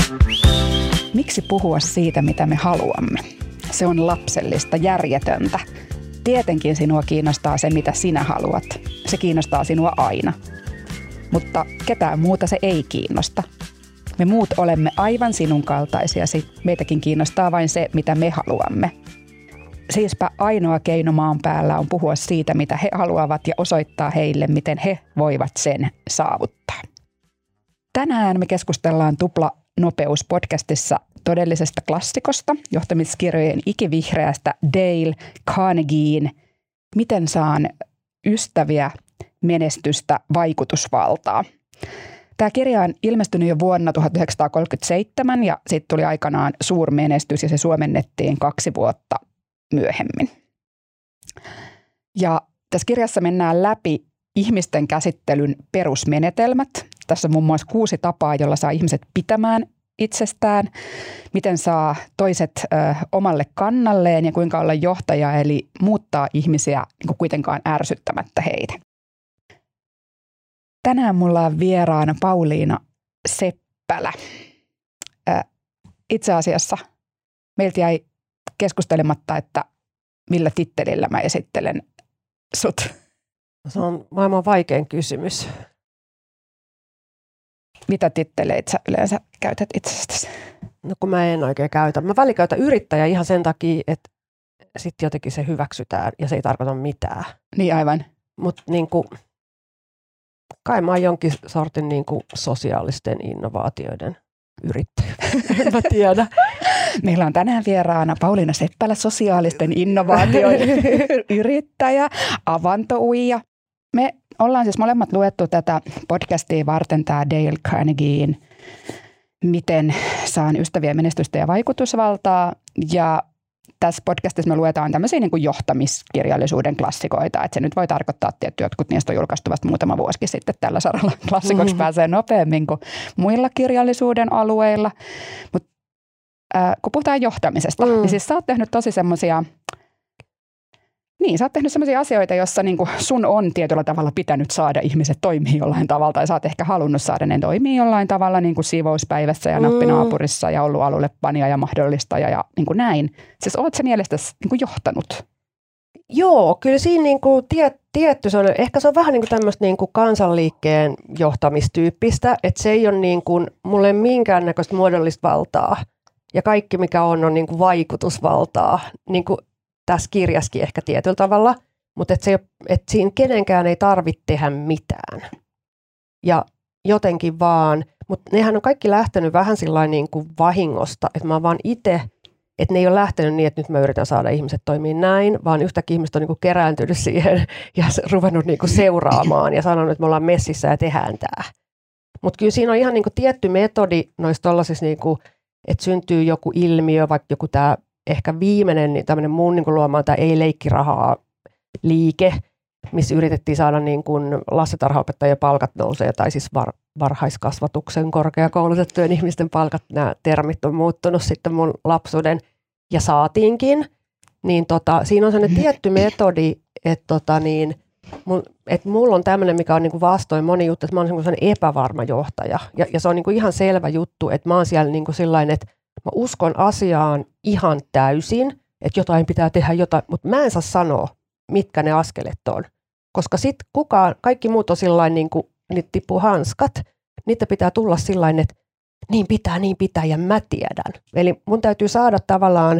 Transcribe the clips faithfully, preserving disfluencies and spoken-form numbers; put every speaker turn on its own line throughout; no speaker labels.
Miksi puhua siitä, mitä me haluamme? Se on lapsellista, järjetöntä. Tietenkin sinua kiinnostaa se, mitä sinä haluat. Se kiinnostaa sinua aina. Mutta ketään muuta se ei kiinnosta. Me muut olemme aivan sinun kaltaisiasi. Meitäkin kiinnostaa vain se, mitä me haluamme. Siispä ainoa keino maan päällä on puhua siitä, mitä he haluavat ja osoittaa heille, miten he voivat sen saavuttaa. Tänään me keskustellaan Tupla Nopeus-podcastissa todellisesta klassikosta, johtamiskirjojen ikivihreästä Dale Carnegien Miten saan ystäviä, menestystä, vaikutusvaltaa. Tämä kirja on ilmestynyt jo vuonna tuhatyhdeksänsataakolmekymmentäseitsemän ja siitä tuli aikanaan suurmenestys ja se suomennettiin kaksi vuotta myöhemmin. Ja tässä kirjassa mennään läpi ihmisten käsittelyn perusmenetelmät. Tässä on muun muassa kuusi tapaa, jolla saa ihmiset pitämään itsestään, miten saa toiset ö, omalle kannalleen ja kuinka olla johtaja, eli muuttaa ihmisiä niin kuin kuitenkaan ärsyttämättä heitä. Tänään mulla on vieraana Pauliina Seppälä. Ö, itse asiassa meiltä jäi keskustelematta, että millä tittelillä mä esittelen sut.
Se on maailman vaikein kysymys.
Mitä titteleitä sä yleensä käytät itsestäsi?
No kun mä en oikein käytä. Mä välillä käytän yrittäjä ihan sen takia, että sitten jotenkin se hyväksytään ja se ei tarkoita mitään.
Niin aivan.
Mutta niinku, kai mä oon jonkin sortin niinku sosiaalisten innovaatioiden yrittäjä. En mä tiedä.
Meillä on tänään vieraana Pauliina Seppälä, sosiaalisten innovaatioiden yrittäjä, avantouija. Me ollaan siis molemmat luettu tätä podcastia varten, tämä Dale Carnegien Miten saan ystäviä, menestystä ja vaikutusvaltaa. Ja tässä podcastissa me luetaan tämmöisiä niin kuin johtamiskirjallisuuden klassikoita. Että se nyt voi tarkoittaa, että jotkut niistä on julkaistu vasta muutama vuosi sitten. Tällä saralla klassikoksi mm-hmm. pääsee nopeammin kuin muilla kirjallisuuden alueilla. Mutta äh, kun puhutaan johtamisesta, mm. niin siis sä oot tehnyt tosi semmoisia... Niin, sä oot tehnyt sellaisia asioita, joissa niinku sun on tietyllä tavalla pitänyt saada ihmiset toimia jollain tavalla, tai sä oot ehkä halunnut saada ne toimia jollain tavalla, niin kuin siivouspäivässä ja nappinaapurissa ja ollut alulle panija ja mahdollistaja ja niin kuin näin. Siis oot sä mielestäsi niin kuin johtanut?
Joo, kyllä siinä niinku tie, tietty, se on, ehkä se on vähän niinku tämmöistä niinku kansanliikkeen johtamistyyppistä, että se ei ole niinku, mulle minkäännäköistä muodollista valtaa, ja kaikki mikä on, on niinku vaikutusvaltaa, niinku tässä kirjaskin ehkä tietyllä tavalla, mutta et se, et siinä kenenkään ei tarvitse tehdä mitään. Ja jotenkin vaan, mutta nehän on kaikki lähtenyt vähän sillain niin kuin vahingosta, että mä oon vaan itse, että ne ei ole lähtenyt niin, että nyt mä yritän saada ihmiset toimimaan näin, vaan yhtäkkiä ihmiset on niin kuin kerääntynyt siihen ja ruvennut niin kuin seuraamaan ja sanonut, että me ollaan messissä ja tehdään tämä. Mutta kyllä siinä on ihan niin kuin tietty metodi noissa tollaisissa, niin kuin, että syntyy joku ilmiö, vaikka joku tämä ehkä viimeinen niin tämmöinen mun niin kuin luomaan tämä ei-leikkirahaa liike, missä yritettiin saada niin kuin lastentarhaopettajien palkat nousee, tai siis var, varhaiskasvatuksen korkeakoulutettujen ihmisten palkat, nämä termit on muuttunut sitten mun lapsuuden, ja saatiinkin. Niin tota, siinä on sellainen tietty metodi, että tota niin, mun, et mulla on tämmöinen, mikä on niin kuin vastoin moni juttu, että mä oon sellainen epävarma johtaja. Ja, ja se on niin kuin ihan selvä juttu, että mä oon siellä niin kuin sillain, että mä uskon asiaan ihan täysin, että jotain pitää tehdä jotain, mutta mä en saa sanoa, mitkä ne askelet on. Koska sitten kukaan, kaikki muut on sillain, niin kuin niitä tippuu hanskat, niitä pitää tulla sillain, että niin pitää, niin pitää ja mä tiedän. Eli mun täytyy saada tavallaan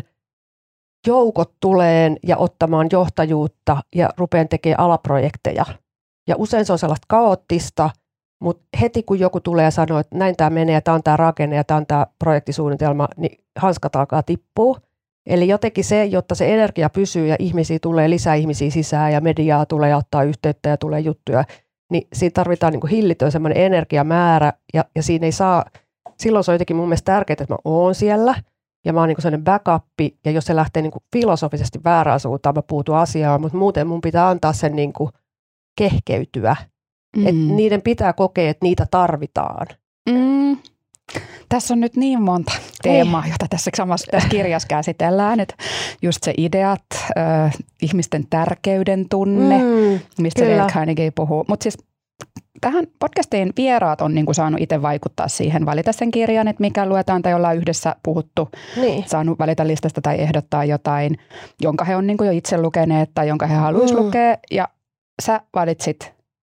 joukot tuleen ja ottamaan johtajuutta ja rupean tekemään alaprojekteja. Ja usein se on sellaista kaoottista, mutta heti kun joku tulee ja sanoo, että näin tämä menee ja tämä on tämä rakenne ja tämä on tämä projektisuunnitelma, niin hanskat alkaa tippua. Eli jotenkin se, jotta se energia pysyy ja ihmisiä tulee, lisää ihmisiä sisään ja mediaa tulee ja ottaa yhteyttä ja tulee juttuja, niin siinä tarvitaan niin kuin hillitön semmoinen energiamäärä ja, ja siinä ei saa, silloin se on jotenkin mun mielestä tärkeää, että mä oon siellä ja mä oon niin kuin sellainen backup ja jos se lähtee niin kuin filosofisesti väärään suuntaan, mä puutun asiaan, mutta muuten mun pitää antaa sen niin kuin kehkeytyä. Mm. Että niiden pitää kokea, että niitä tarvitaan.
Mm. Tässä on nyt niin monta teemaa, Ei. jota tässä samassa tässä kirjassa käsitellään. Että just se ideat, äh, ihmisten tärkeyden tunne, mm, mistä Dale Carnegie puhuu. Mutta siis tähän podcastiin vieraat on niin kuin saanut itse vaikuttaa siihen, valita sen kirjan, että mikä luetaan tai ollaan yhdessä puhuttu, niin. Saanut valita listasta tai ehdottaa jotain, jonka he on niin kuin jo itse lukeneet tai jonka he haluaisivat mm. lukea. Ja sä valitsit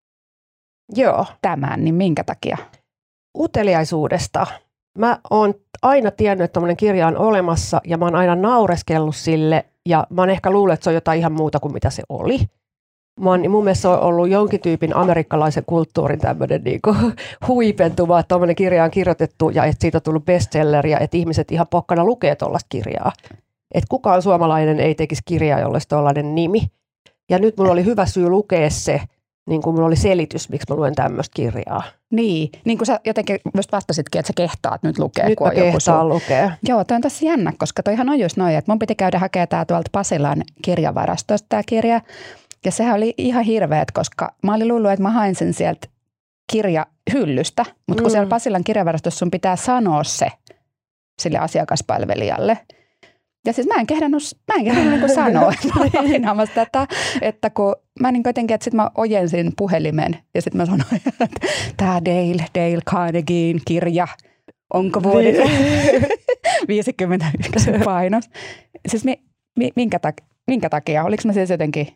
Joo.
tämän, niin minkä takia?
Uteliaisuudesta. Mä oon aina tiennyt, että tämmöinen kirja on olemassa ja mä oon aina naureskellut sille ja mä oon ehkä luullut, että se on jotain ihan muuta kuin mitä se oli. Mä oon, mun mielestä se on ollut jonkin tyypin amerikkalaisen kulttuurin tämmöinen niinku huipentuma, että tämmöinen kirja on kirjoitettu ja että siitä on tullut bestseller ja että ihmiset ihan pokkana lukee tuollaista kirjaa. Että kukaan suomalainen ei tekisi kirjaa, jolle olisi tuollainen nimi. Ja nyt mulla oli hyvä syy lukea se, niin kuin mulla oli selitys, miksi mä luen tämmöistä kirjaa.
Niin, niin kuin sä jotenkin just vastasitkin, että sä kehtaat nyt lukea.
Nyt mä kehtaan lukea.
Joo, toi on tosi jännä, koska toihan on just noin, että mun piti käydä hakemaan tää tuolta Pasilan kirjavarastosta tää kirja. Ja sehän oli ihan hirveet, koska mä olin luullut, että mä hain sen sieltä kirjahyllystä, mutta kun mm. siellä Pasilan kirjavarastossa sun pitää sanoa se sille asiakaspalvelijalle. Ja siis mä en kehdannut, mä en kehdannut niin sanoa, että mä lainaamassa tätä, että kun mä niin jotenkin, että sit mä ojensin puhelimen ja sitten mä sanoin, että tää Dale, Dale Carnegien kirja, onko vuoden viisikymmentäyksi painos. Siis mi, mi, minkä, tak, minkä takia, oliko mä siis jotenkin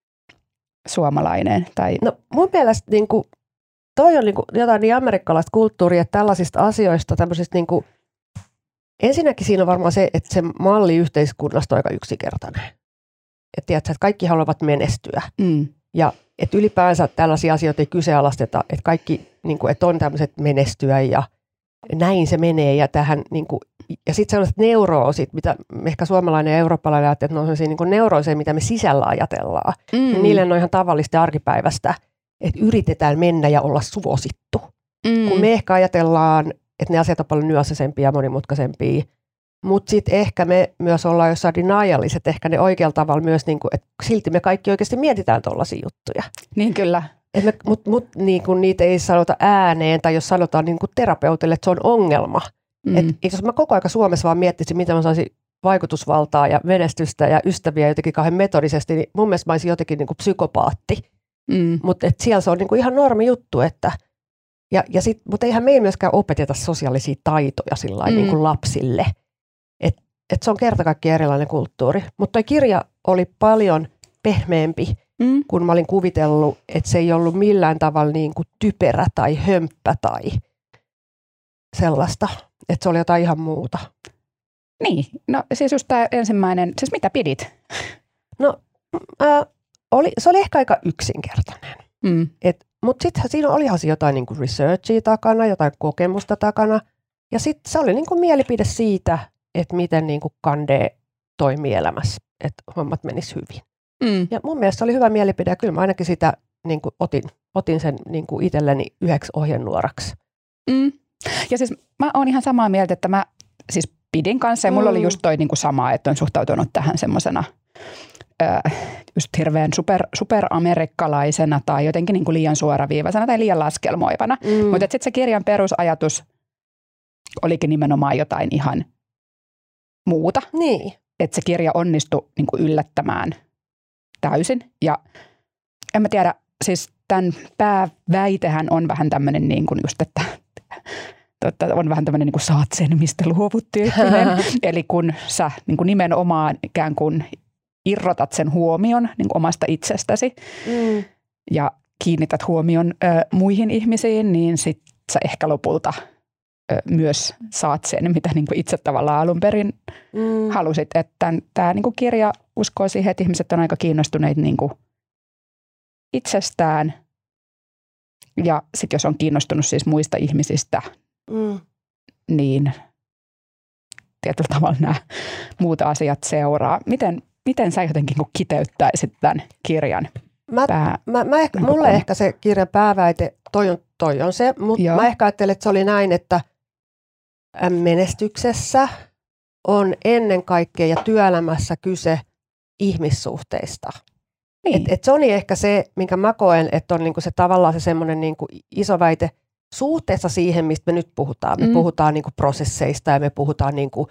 suomalainen? Tai...
No mun mielestä niin kuin, toi on niin kuin, jotain niin amerikkalaista kulttuuria, että tällaisista asioista, tämmöisistä niin kuin, ensinnäkin siinä on varmaan se, että se malli yhteiskunnasta on aika yksinkertainen. Että tiedätkö, että kaikki haluavat menestyä. Mm. Ja että ylipäänsä tällaisia asioita ei kyseenalaisteta, että kaikki, niin kuin, että on tämmöiset menestyä ja näin se menee. Ja, tähän, niin kuin, ja sitten sellaiset neuroosit, mitä ehkä suomalainen ja eurooppalainen ajattelee, että ne on sellaisia niin neurooseja, mitä me sisällä ajatellaan. Mm. Ja niille on ihan tavallista arkipäivästä, että yritetään mennä ja olla suosittu. Mm. Kun me ehkä ajatellaan, että ne asiat on paljon nyanssisempia ja monimutkaisempia. Mutta sitten ehkä me myös ollaan jossain denialissa, että ehkä ne oikealla tavalla myös, niinku, että silti me kaikki oikeasti mietitään tuollaisia juttuja.
Niin kyllä.
Mutta mut, niinku, niitä ei sanota ääneen tai jos sanotaan niinku terapeutille, että se on ongelma. Mm. Et, jos mä koko ajan Suomessa vaan miettisin, miten mä saisin vaikutusvaltaa ja menestystä ja ystäviä jotenkin kauhean metodisesti, niin mun mielestä mä olisin jotenkin niinku psykopaatti. Mm. Mutta siellä se on niinku ihan normi juttu, että Ja, ja sit, mutta eihän meillä myöskään opeteta sosiaalisia taitoja sillain, mm. niin kuin lapsille. Et, et se on kerta kaikkiaan erilainen kulttuuri. Mutta toi kirja oli paljon pehmeämpi, mm. kun mä olin kuvitellut, että se ei ollut millään tavalla niin kuin typerä tai hömppä tai sellaista. Että se oli jotain ihan muuta.
Niin, no siis just tämä ensimmäinen, siis mitä pidit?
No, äh, oli, se oli ehkä aika yksinkertainen. Mm. Et Mutta sitten siinä olihan se jotain niinku researchia takana, jotain kokemusta takana. Ja sitten se oli niinku mielipide siitä, että miten niinku Kande toimii elämässä, että hommat menis hyvin. Mm. Ja mun mielestä se oli hyvä mielipide ja kyllä mä ainakin sitä niinku otin, otin sen niinku itselleni yhdeksi ohjenuoraksi.
Mm. Ja siis mä oon ihan samaa mieltä, että mä siis pidin kanssa ja mulla mm. oli just toi niinku sama, että on suhtautunut tähän semmosena just hirveän super, superamerikkalaisena tai jotenkin niin kuin liian suoraviivaisena tai liian laskelmoivana. Mm. Mutta sitten se kirjan perusajatus olikin nimenomaan jotain ihan muuta.
Niin.
Että se kirja onnistui niin kuin yllättämään täysin. Ja en mä tiedä, siis tämän pääväitehän on vähän tämmöinen niin kuin just, että Totta, on vähän tämmöinen niin kuin saat sen, mistä luovut tyyppinen. Eli kun sä niin kuin nimenomaan ikään kuin irrotat sen huomion niin kuin omasta itsestäsi mm. ja kiinnität huomion ö, muihin ihmisiin, niin sit sä ehkä lopulta ö, myös saat sen, mitä niin kuin itse tavallaan alun perin mm. halusit. Että tämä niin kuin kirja uskoo siihen, että ihmiset on aika kiinnostuneita niin kuin itsestään. Ja sitten jos on kiinnostunut siis muista ihmisistä, mm. niin tietyllä tavalla nämä muut asiat seuraa. Miten Miten sä jotenkin kiteyttäisit tämän kirjan?
Mä, pää, mä, mä ehkä, mulle ehkä se kirjan pääväite, toi on, toi on se, mutta mä ehkä ajattelen, että se oli näin, että menestyksessä on ennen kaikkea ja työelämässä kyse ihmissuhteista. Niin. Et, et se on ehkä se, minkä mä koen, että on niinku se tavallaan se semmoinen niinku iso väite suhteessa siihen, mistä me nyt puhutaan. Me mm. puhutaan niinku prosesseista ja me puhutaan niinku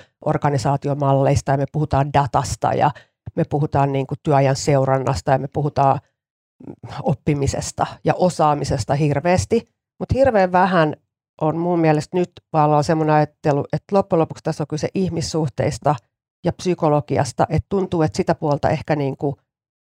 organisaatiomalleista ja me puhutaan datasta ja me puhutaan niin kuin työajan seurannasta ja me puhutaan oppimisesta ja osaamisesta hirveästi, mutta hirveän vähän on mun mielestä nyt vaan semmoinen ajattelu, että loppujen lopuksi tässä on kyse ihmissuhteista ja psykologiasta, että tuntuu, että sitä puolta ehkä niin kuin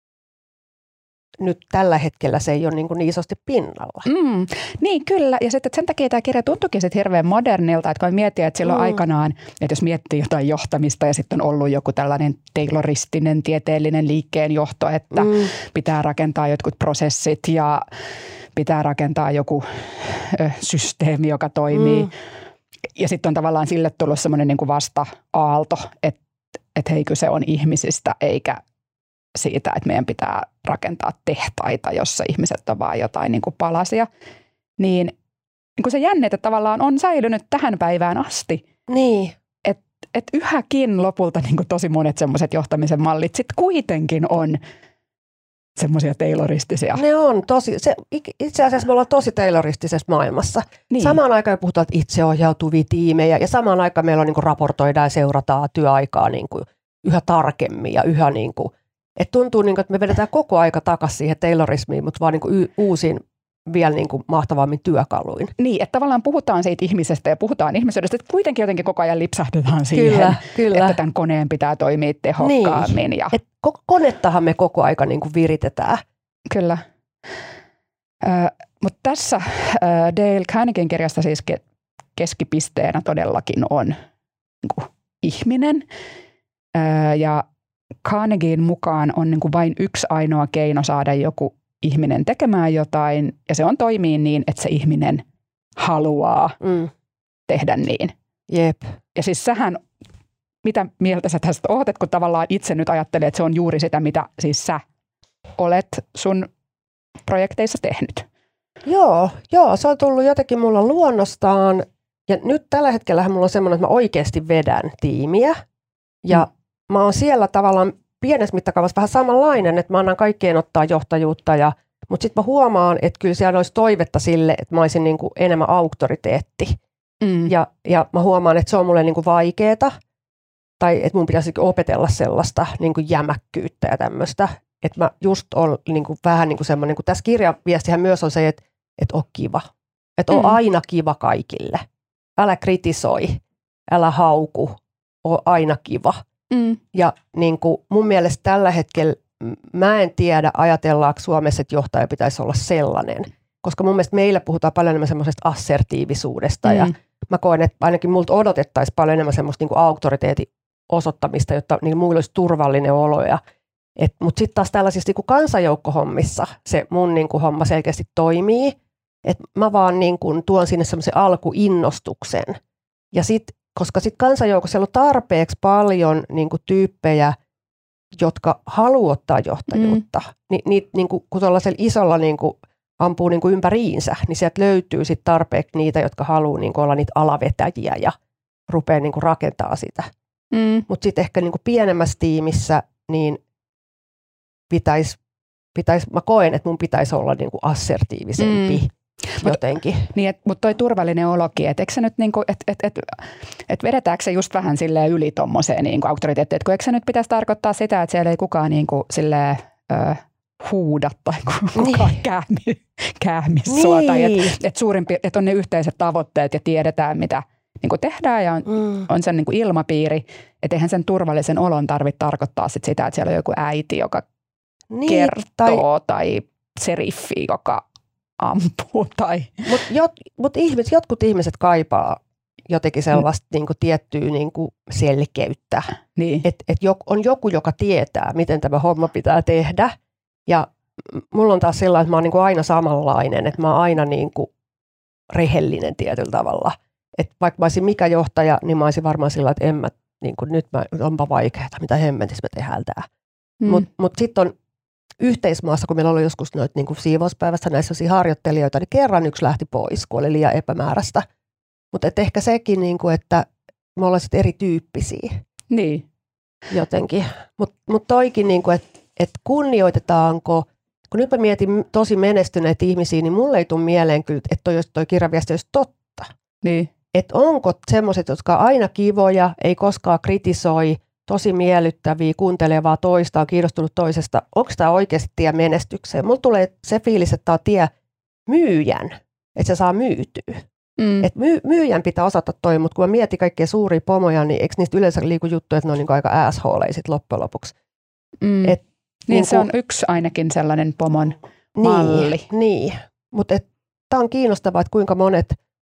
nyt tällä hetkellä se ei ole niin, niin isosti pinnalla.
Mm, niin kyllä, ja sitten sen takia tämä kirja tuntuukin sitten hirveän modernilta, että kun miettii, että silloin mm. aikanaan, että jos miettii jotain johtamista ja sitten on ollut joku tällainen tayloristinen tieteellinen liikkeenjohto, että mm. pitää rakentaa jotkut prosessit ja pitää rakentaa joku ö, systeemi, joka toimii. Mm. Ja sitten on tavallaan sille tullut semmoinen niin kuin vasta-aalto, että, että hei, kyse on ihmisistä eikä siitä, että meidän pitää rakentaa tehtaita, jossa ihmiset on vaan jotain niin kuin palasia, niin, niin kuin se jännite tavallaan on säilynyt tähän päivään asti.
Niin.
Että et yhäkin lopulta niin kuin tosi monet semmoiset johtamisen mallit sitten kuitenkin on semmoisia tayloristisia.
Ne on tosi, se, itse asiassa me ollaan tosi tayloristisessa maailmassa. Niin. Samaan aikaan puhutaan, että itseohjautuvia tiimejä ja samaan aikaan meillä on niin kuin raportoidaan ja seurataan työaikaa niin kuin yhä tarkemmin ja yhä niin kuin että tuntuu, niin kuin, että me vedetään koko aika takaisin siihen taylorismiin, mutta vaan niin kuin y- uusin vielä niin kuin mahtavammin työkaluin.
Niin, että tavallaan puhutaan siitä ihmisestä ja puhutaan ihmisyydestä, että kuitenkin jotenkin koko ajan lipsahdetaan siihen,
kyllä, kyllä.
että tämän koneen pitää toimia tehokkaammin.
Niin.
Ja
Et konettahan me koko aika niin kuin viritetään.
Kyllä. Äh, mutta tässä äh, Dale Carnegien kirjasta siis ke- keskipisteenä todellakin on niin kuin ihminen äh, ja Carnegien mukaan on niin kuin vain yksi ainoa keino saada joku ihminen tekemään jotain, ja se on toimii niin, että se ihminen haluaa mm. tehdä niin.
Jep.
Ja siis sähän, mitä mieltä sä tästä oot, että kun tavallaan itse nyt ajattelee, että se on juuri sitä, mitä siis sä olet sun projekteissa tehnyt.
Joo, joo, se on tullut jotenkin mulla luonnostaan, ja nyt tällä hetkellä mulla on semmoinen, että mä oikeasti vedän tiimiä, ja mm. mä oon siellä tavallaan pienessä mittakaavassa vähän samanlainen, että mä annan kaikkeen ottaa johtajuutta, ja, mutta sitten mä huomaan, että kyllä siellä olisi toivetta sille, että mä olisin niin kuin enemmän auktoriteetti. Mm. Ja, ja mä huomaan, että se on mulle niin kuin vaikeeta, tai että mun pitäisi opetella sellaista niin kuin jämäkkyyttä ja tämmöistä. Että mä just on niin kuin vähän niin kuin semmoinen, niin kuin tässä kirjaviestihän myös on se, että, että on kiva. Että on mm. aina kiva kaikille. Älä kritisoi, älä hauku, on aina kiva. Mm. Ja niin kuin mun mielestä tällä hetkellä mä en tiedä, ajatellaanko Suomessa, että johtaja pitäisi olla sellainen. Koska mun mielestä meillä puhutaan paljon enemmän semmoisesta assertiivisuudesta. Mm. Ja mä koen, että ainakin multa odotettaisiin paljon enemmän semmoista niin kuin auktoriteetin osoittamista, jotta niin muilla olisi turvallinen olo. Mutta sitten taas tällaisissa niin kuin kansanjoukkohommissa se mun niin kuin homma selkeästi toimii. Että mä vaan niin kuin tuon sinne semmoisen alkuinnostuksen. Ja sitten koska sitten kansanjoukossa on tarpeeksi paljon niin kuin tyyppejä, jotka haluaa ottaa johtajuutta, mm. niin, niin, niin kuin, kun tuollaisella isolla niin kuin, ampuu niin kuin ympäriinsä, niin sieltä löytyy sitten tarpeeksi niitä, jotka haluaa niin kuin, olla niitä alavetäjiä ja rupeaa niin kuin, rakentaa sitä. Mm. Mutta sitten ehkä niin kuin pienemmässä tiimissä, niin pitäisi, pitäis, mä koen, että mun pitäisi olla niin kuin assertiivisempi. Mm. Jotenkin.
Niin, mutta toi turvallinen olokin, että eikö se nyt niinku, että et, et, et vedetäänkö se just vähän silleen yli tommoseen niinku auktoriteettiin, että eikö se nyt pitäisi tarkoittaa sitä, että siellä ei kukaan niinku silleen ö, huuda tai kukaan niin. käämi, käämi sua, niin. tai että et suurimpi, että on ne yhteiset tavoitteet ja tiedetään, mitä niinku tehdään ja on, mm. on sen niinku ilmapiiri, että eihän sen turvallisen olon tarvitse tarkoittaa sit sitä, että siellä on joku äiti, joka niin, kertoo, tai, tai seriffi, joka ampuu. Tai.
Mutta jot, mut ihmiset, jotkut ihmiset kaipaa jotenkin sellaista mm. niinku, tiettyä niinku, selkeyttä. Niin. Että et on joku, joka tietää, miten tämä homma pitää tehdä. Ja mulla on taas sellainen, että mä oon niinku, aina samanlainen. Että mä oon aina niinku, rehellinen tietyllä tavalla. Että vaikka mä olisin mikä johtaja, niin mä olisin varmaan sillä, että en mä, niinku, nyt mä, onpa vaikeaa, mitä hemmetissä me tehdään tää. Mm. Mutta mut sitten on yhteismaassa, kun meillä oli joskus noita niin kuin siivouspäivässä näissä harjoittelijoita, niin kerran yksi lähti pois, kun oli liian epämääräistä. Mutta ehkä sekin, niin kuin, että me ollaan sitten erityyppisiä.
Niin.
Jotenkin. Mutta mut toikin, niin kuin, että et kunnioitetaanko, kun nyt mä mietin tosi menestyneitä ihmisiä, niin mulle ei tule mieleen kyllä, että toi, toi kirjaviesti olisi totta.
Niin.
Että onko semmoiset, jotka on aina kivoja, ei koskaan kritisoi, tosi miellyttäviä, kuuntelee vaan toista, on kiinnostunut toisesta. Onko tämä oikeasti tie menestykseen? Mulla tulee se fiilis, että tämä on tie myyjän, että se saa myytyä. Mm. Et myy, myyjän pitää osata toi, mutta kun mä mietin kaikkia suuria pomoja, niin eikö niistä yleensä liiku juttu, että ne on niinku aika assholeisit loppujen lopuksi.
Mm. Et, niin, niin se kun, on yksi ainakin sellainen pomon malli.
Niin, niin. Mutta tämä on kiinnostavaa, että kuinka monet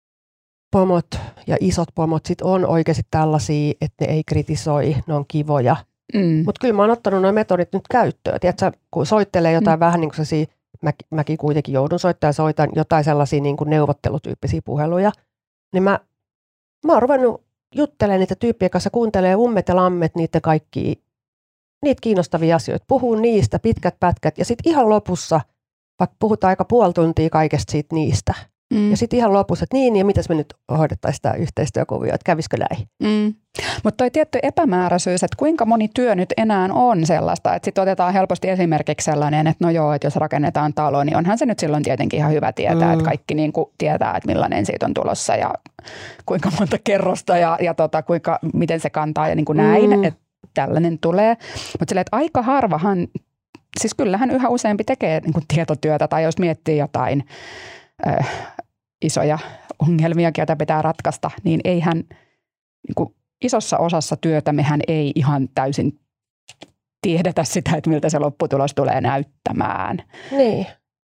pomot ja isot pomot sit on oikeasti tällaisia, että ne ei kritisoi, ne on kivoja. Mm. Mutta kyllä mä oon ottanut nuo metodit nyt käyttöön. Tiedätkö, kun soittelee jotain mm. vähän niin kuin sellaisia, mä, mäkin kuitenkin joudun soittamaan ja soitan jotain sellaisia niin kuin neuvottelutyyppisiä puheluja, niin mä, mä oon ruvennut juttelemaan niitä tyyppien kanssa, kuuntelee ummet ja lammet, niitä kaikkia, niitä kiinnostavia asioita. Puhuu niistä pitkät pätkät ja sitten ihan lopussa, vaikka puhutaan aika puoli tuntia kaikesta siitä niistä. Mm. Ja sitten ihan lopussa, että niin, niin, ja mitäs me nyt hoidettaisiin tämä yhteistyökuvio, että kävisikö näin? Mm.
Mutta toi tietty epämääräisyys, että kuinka moni työ nyt enää on sellaista, että sitten otetaan helposti esimerkiksi sellainen, että no joo, että jos rakennetaan talo, niin onhan se nyt silloin tietenkin ihan hyvä tietää, mm. että kaikki niin kuin tietää, että millainen siitä on tulossa ja kuinka monta kerrosta ja, ja tota, kuinka, miten se kantaa ja niin kuin näin, mm. että tällainen tulee. Mutta silleen, että aika harvahan, siis kyllähän yhä useampi tekee niin kuin tietotyötä tai jos miettii jotain äh, isoja ongelmia, joita pitää ratkaista, niin eihän niin kuin isossa osassa työtä mehän ei ihan täysin tiedetä sitä, että miltä se lopputulos tulee näyttämään.
Niin.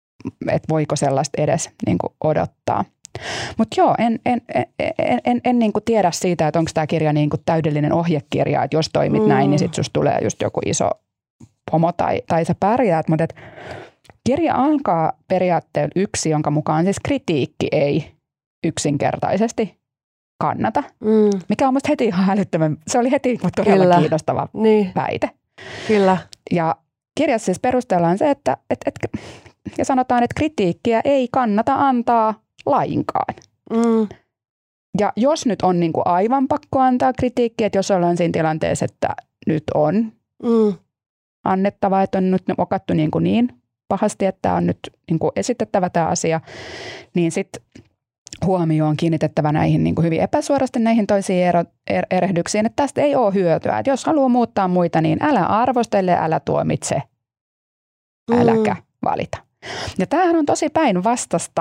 Että voiko sellaista edes niin kuin odottaa. Mutta joo, en, en, en, en, en, en niin kuin tiedä siitä, että onko tämä kirja niin kuin täydellinen ohjekirja, että jos toimit mm. näin, niin sitten susta tulee just joku iso pomo tai, tai sä pärjäät, mutta kirja alkaa periaatteella yksi, jonka mukaan siis kritiikki ei yksinkertaisesti kannata, mm. mikä on musta heti ihan hälyttömän, se oli heti todella Kyllä. kiinnostava niin. väite.
Kyllä.
Ja kirjassa siis perustellaan se, että et, et, ja sanotaan, että kritiikkiä ei kannata antaa lainkaan. Mm. Ja jos nyt on niin kuin aivan pakko antaa kritiikkiä, että jos ollaan siinä tilanteessa, että nyt on mm. annettava, että on nyt mokattu niin, kuin niin pahasti, että on nyt niin kuin esitettävä tämä asia, niin sitten huomio on kiinnitettävä näihin niin kuin hyvin epäsuorasti näihin toisiin ero, er, erehdyksiin, että tästä ei ole hyötyä. Että jos haluaa muuttaa muita, niin älä arvostele, älä tuomitse, äläkä mm. valita. Ja tämähän on tosi päinvastasta,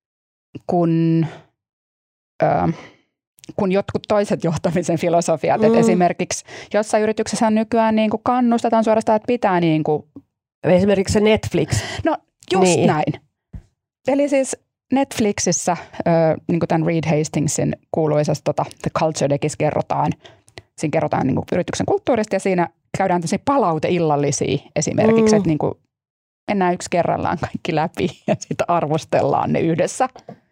kun, ö, kun jotkut toiset johtamisen filosofiat. Mm. Että esimerkiksi jossain yrityksessä nykyään niin kuin kannustetaan suorastaan, että pitää niin kuin
esimerkiksi se Netflix.
No just niin. näin. Eli siis Netflixissä, äh, niin kuin tämän Reed Hastingsin kuuluisessa tota, The Culture Deckissä kerrotaan, siinä kerrotaan niin kuin yrityksen kulttuurista ja siinä käydään tämmöisiä palauteillallisia esimerkiksi, mm. että niin kuin mennään yksi kerrallaan kaikki läpi ja sitten arvostellaan ne yhdessä.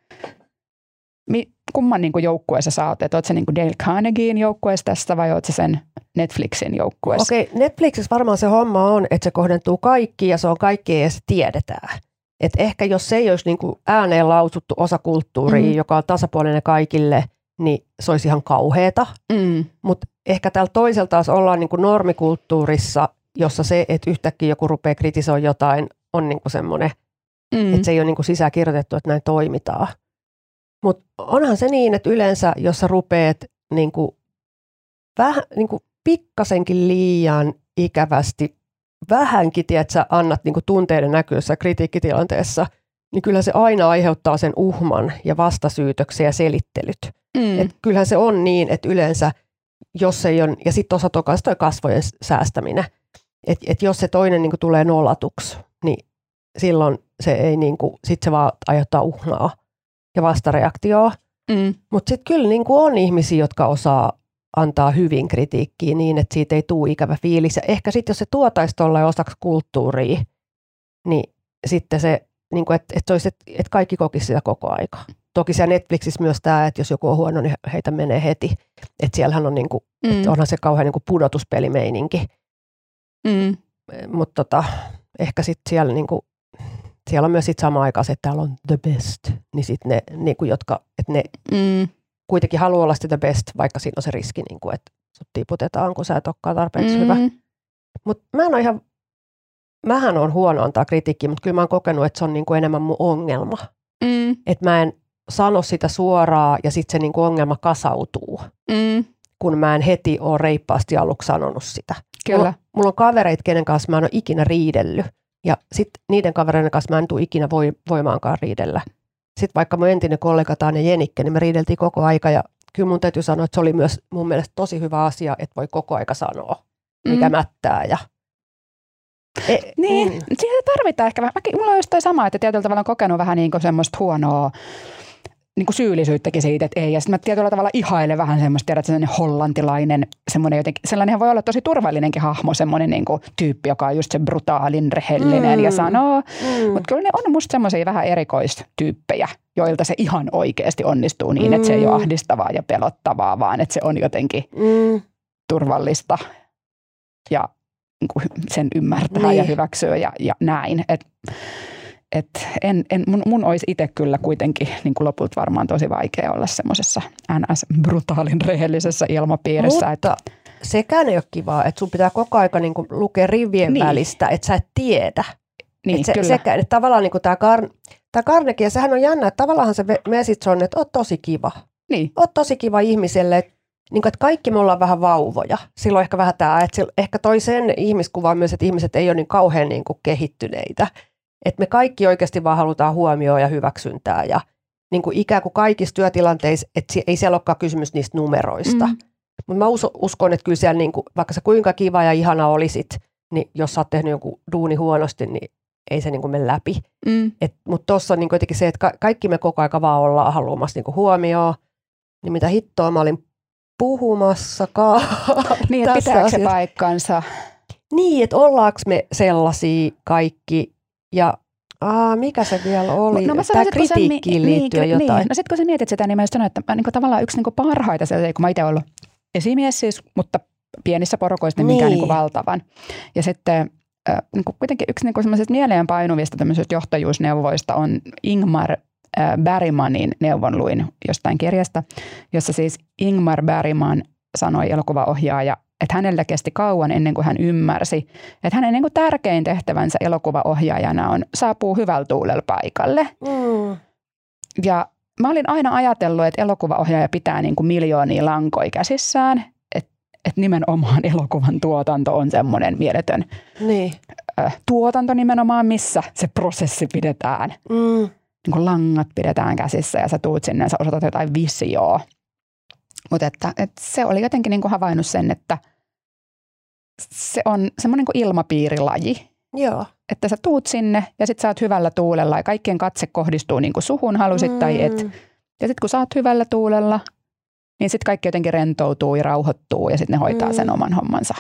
Mi- kumman niin kuin joukkueessa sä oot? Oot sä niin kuin Dale Carnegien joukkueessa tässä vai oot sä sen Netflixin joukkueessa?
Okei, okay, Netflixissä varmaan se homma on, että se kohdentuu kaikkiin ja se on kaikki ja se tiedetään. Et ehkä jos se ei olisi niin kuin ääneen lausuttu osa kulttuuria, mm. joka on tasapuolinen kaikille, niin se olisi ihan kauheata. Mm. Mutta ehkä täällä toisella taas ollaan niin kuin normikulttuurissa, jossa se, että yhtäkkiä joku rupeaa kritisoimaan jotain, on niin kuin semmoinen, mm. että se ei ole niin kuin sisäkirjoitettu, että näin toimitaan. Mutta onhan se niin, että yleensä, jos sä rupeat niin kuin vähän, niin kuin pikkasenkin liian ikävästi, vähänkin, että sä annat niin kuin tunteiden näkyessä kritiikkitilanteessa, niin kyllä se aina aiheuttaa sen uhman ja vastasyytöksiä ja selittelyt. Mm. Et kyllähän se on niin, että yleensä, jos ei ole, ja sitten osa tokaisi toi kasvojen säästäminen, että et jos se toinen niin kuin tulee nollatuksi, niin silloin se ei niin kuin, sit se vaan aiheuttaa uhnaa ja vastareaktioa. Mm. Mutta sitten kyllä niin kuin on ihmisiä, jotka osaa antaa hyvin kritiikkiä niin, että siitä ei tule ikävä fiilis. Ja ehkä sitten, jos se tuotaisi tuolla osaksi kulttuuria, niin sitten se, niin kuin, että, että, olisi, että kaikki kokisi sitä koko aika. Toki siellä Netflixissä myös tämä, että jos joku on huono, niin heitä menee heti. Että siellähän on, niin kuin, mm. että onhan se kauhean niin kuin pudotuspelimeininki. Mm. Mutta tota, ehkä sitten siellä, niin kuin, siellä on myös sit sama aikaa se, että täällä on the best. Niin sitten ne, niin kuin, jotka, että ne mm. kuitenkin haluaa olla sitä best, vaikka siinä on se riski, niin kuin, että sut tiputetaan, kun sä et olekaan tarpeeksi mm. hyvä. Mutta mä en ole ihan, mähän on huono antaa kritiikkiä, mutta kyllä mä oon kokenut, että se on niin kuin enemmän mun ongelma. Mm. Että mä en sano sitä suoraan ja sitten se niin kuin ongelma kasautuu. Mm. kun mä en heti ole reippaasti aluksi sanonut sitä.
Kyllä.
Mulla, mulla on kavereita, kenen kanssa mä en ole ikinä riidellyt. Ja sitten niiden kavereiden kanssa mä en tule ikinä voimaankaan riidellä. Sitten vaikka mun entinen kollega Tanja Jenikke, niin me riideltiin koko aika. Ja kyllä mun täytyy sanoa, että se oli myös mun mielestä tosi hyvä asia, että voi koko aika sanoa, mikä mm. mättää. Ja
E, niin, mm. siihen tarvitaan ehkä vähän. Mäkin, mulla on just toi sama, että tietyllä tavalla on kokenut vähän niin kuin semmoista huonoa niin kuin syyllisyyttäkin siitä, että ei. Ja sitten mä tietyllä tavalla ihailen vähän semmoista, tiedät, sellainen hollantilainen, semmoinen jotenkin, sellainen voi olla tosi turvallinenkin hahmo, semmoinen niin kuin tyyppi, joka on just se brutaalin, rehellinen mm. ja sanoo. Mm. Mutta kyllä ne on musta semmoisia vähän erikoistyyppejä, joilta se ihan oikeasti onnistuu niin, mm. että se ei ole ahdistavaa ja pelottavaa, vaan että se on jotenkin mm. turvallista ja sen ymmärtää niin. ja hyväksyy ja, ja näin. Et, et en, en, mun, mun olisi itse kyllä kuitenkin niin kuin lopulta varmaan tosi vaikea olla semmoisessa N S-brutaalin rehellisessä ilmapiirissä.
Mutta että sekään ei ole kivaa, että sun pitää koko aika niin kuin lukea rivien niin. välistä, että sä et tiedä.
Niin,
et se,
kyllä.
Sekä, että tavallaan niin kuin tämä, Kar, tämä Carnegie, ja sehän on jännä, että tavallaan se message on, että oot tosi kiva.
Niin.
Oot tosi kiva ihmiselle, että niin kuin, että kaikki me ollaan vähän vauvoja. Silloin ehkä vähän tämä, että ehkä toi sen ihmiskuvaan myös, että ihmiset ei ole niin kauhean niin kuin kehittyneitä. Että me kaikki oikeasti vaan halutaan huomioon ja hyväksyntää. Ja niin kuin ikään kuin kaikissa työtilanteissa, että ei siellä olekaan kysymys niistä numeroista. Mm. Mutta mä uskon, että kyllä siellä niin kuin, vaikka sä kuinka kiva ja ihana olisit, niin jos sä oot tehnyt jonkun duuni huonosti, niin ei se niin kuin mene läpi. Mm. Mutta tuossa on niin kuin jotenkin se, että ka- kaikki me koko aika vaan ollaan haluamassa niin kuin huomioon. Niin mitä hittoa mä olin puhumassakaan.
Niin, että pitääkö se paikkansa?
Niin, että ollaanko me sellaisia kaikki. Ja aa, mikä se vielä oli?
No,
tämä kritiikkiin mi- liittyy niin, jotain.
Niin. No sitten kun sä mietit sitä, niin mä sanoin, että niin tavallaan yksi niin parhaita sellaisia, kun mä itse ollut esimies siis, mutta pienissä porukoissa, niin minkään niin. niin valtavan. Ja sitten äh, niin kuitenkin yksi niin semmoisista mieleenpainuvista tämmöisistä johtajuusneuvoista on Ingmar Bergmanin neuvon luin jostain kirjasta, jossa siis Ingmar Bergman sanoi, elokuvaohjaaja, että hänellä kesti kauan ennen kuin hän ymmärsi, että hänen niin kuin tärkein tehtävänsä elokuvaohjaajana on saapuu hyvällä tuulella paikalle. Mm. Ja mä olin aina ajatellut, että elokuvaohjaaja pitää niin kuin miljoonia lankoja käsissään, että, että nimenomaan elokuvan tuotanto on semmoinen mieletön
niin.
äh, tuotanto nimenomaan, missä se prosessi pidetään. Mm. Niin kuin langat pidetään käsissä ja sä tuut sinne ja sä osoitat jotain visioa. Mutta että, että se oli jotenkin niin kuin havainnut sen, että se on semmoinen kuin ilmapiirilaji.
Joo.
Että sä tuut sinne ja sit sä oot hyvällä tuulella ja kaikkien katse kohdistuu niin kuin suhun halusit mm. tai et. Ja sit kun sä oot hyvällä tuulella, niin sit kaikki jotenkin rentoutuu ja rauhoittuu ja sit ne hoitaa mm. sen oman hommansa.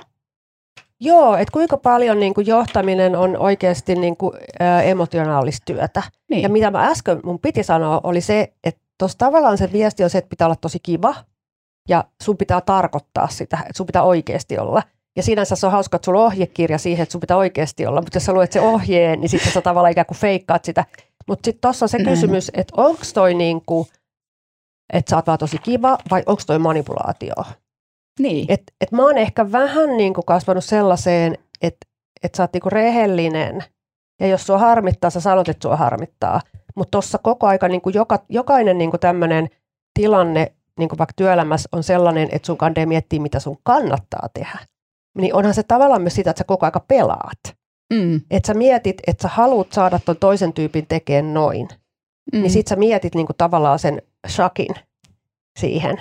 Joo, että kuinka paljon niin kuin johtaminen on oikeasti niin kuin, ä, emotionaalista työtä. Niin. Ja mitä mä äsken mun piti sanoa oli se, että tuossa tavallaan se viesti on se, että pitää olla tosi kiva ja sun pitää tarkoittaa sitä, että sun pitää oikeasti olla. Ja sinänsä se on hauska, että sulla on ohjekirja siihen, että sun pitää oikeasti olla, mutta jos sä luet se ohjeen, niin sitten sä tavallaan ikään kuin feikkaat sitä. Mutta sitten tuossa on se kysymys, että onko toi niin kuin, että sä oot vaan tosi kiva vai onko toi manipulaatio?
Niin.
Et, et mä oon ehkä vähän niin kuin kasvanut sellaiseen, että et sä oot niinku rehellinen ja jos sua harmittaa, sä sanot, että sua harmittaa. Mutta tuossa koko aika niinku joka, jokainen niinku tämmöinen tilanne niinku vaikka työelämässä on sellainen, että sun kannattaa miettiä, mitä sun kannattaa tehdä. Niin onhan se tavallaan myös sitä, että sä koko aika pelaat. Mm. Että sä mietit, että sä haluat saada ton toisen tyypin tekemään noin. Mm. Niin sit sä mietit niinku tavallaan sen shakin siihen.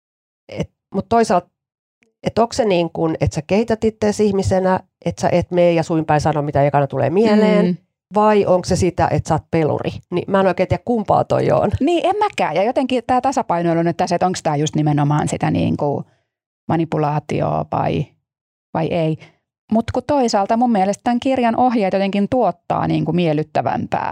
Mutta toisaalta, että onko se niin kuin, että sä kehität itseäsi ihmisenä, että sä et mene ja suinpäin sano, mitä ekana tulee mieleen, mm. vai onko se sitä, että sä oot peluri? Niin mä en oikein tiedä, kumpaa toi on.
Niin, en mäkään. Ja jotenkin tämä tasapaino on nyt tässä, että onko tämä just nimenomaan sitä niin kuin manipulaatioa vai, vai ei. Mutta kun toisaalta mun mielestä tämän kirjan ohjeet jotenkin tuottaa niin kuin miellyttävämpää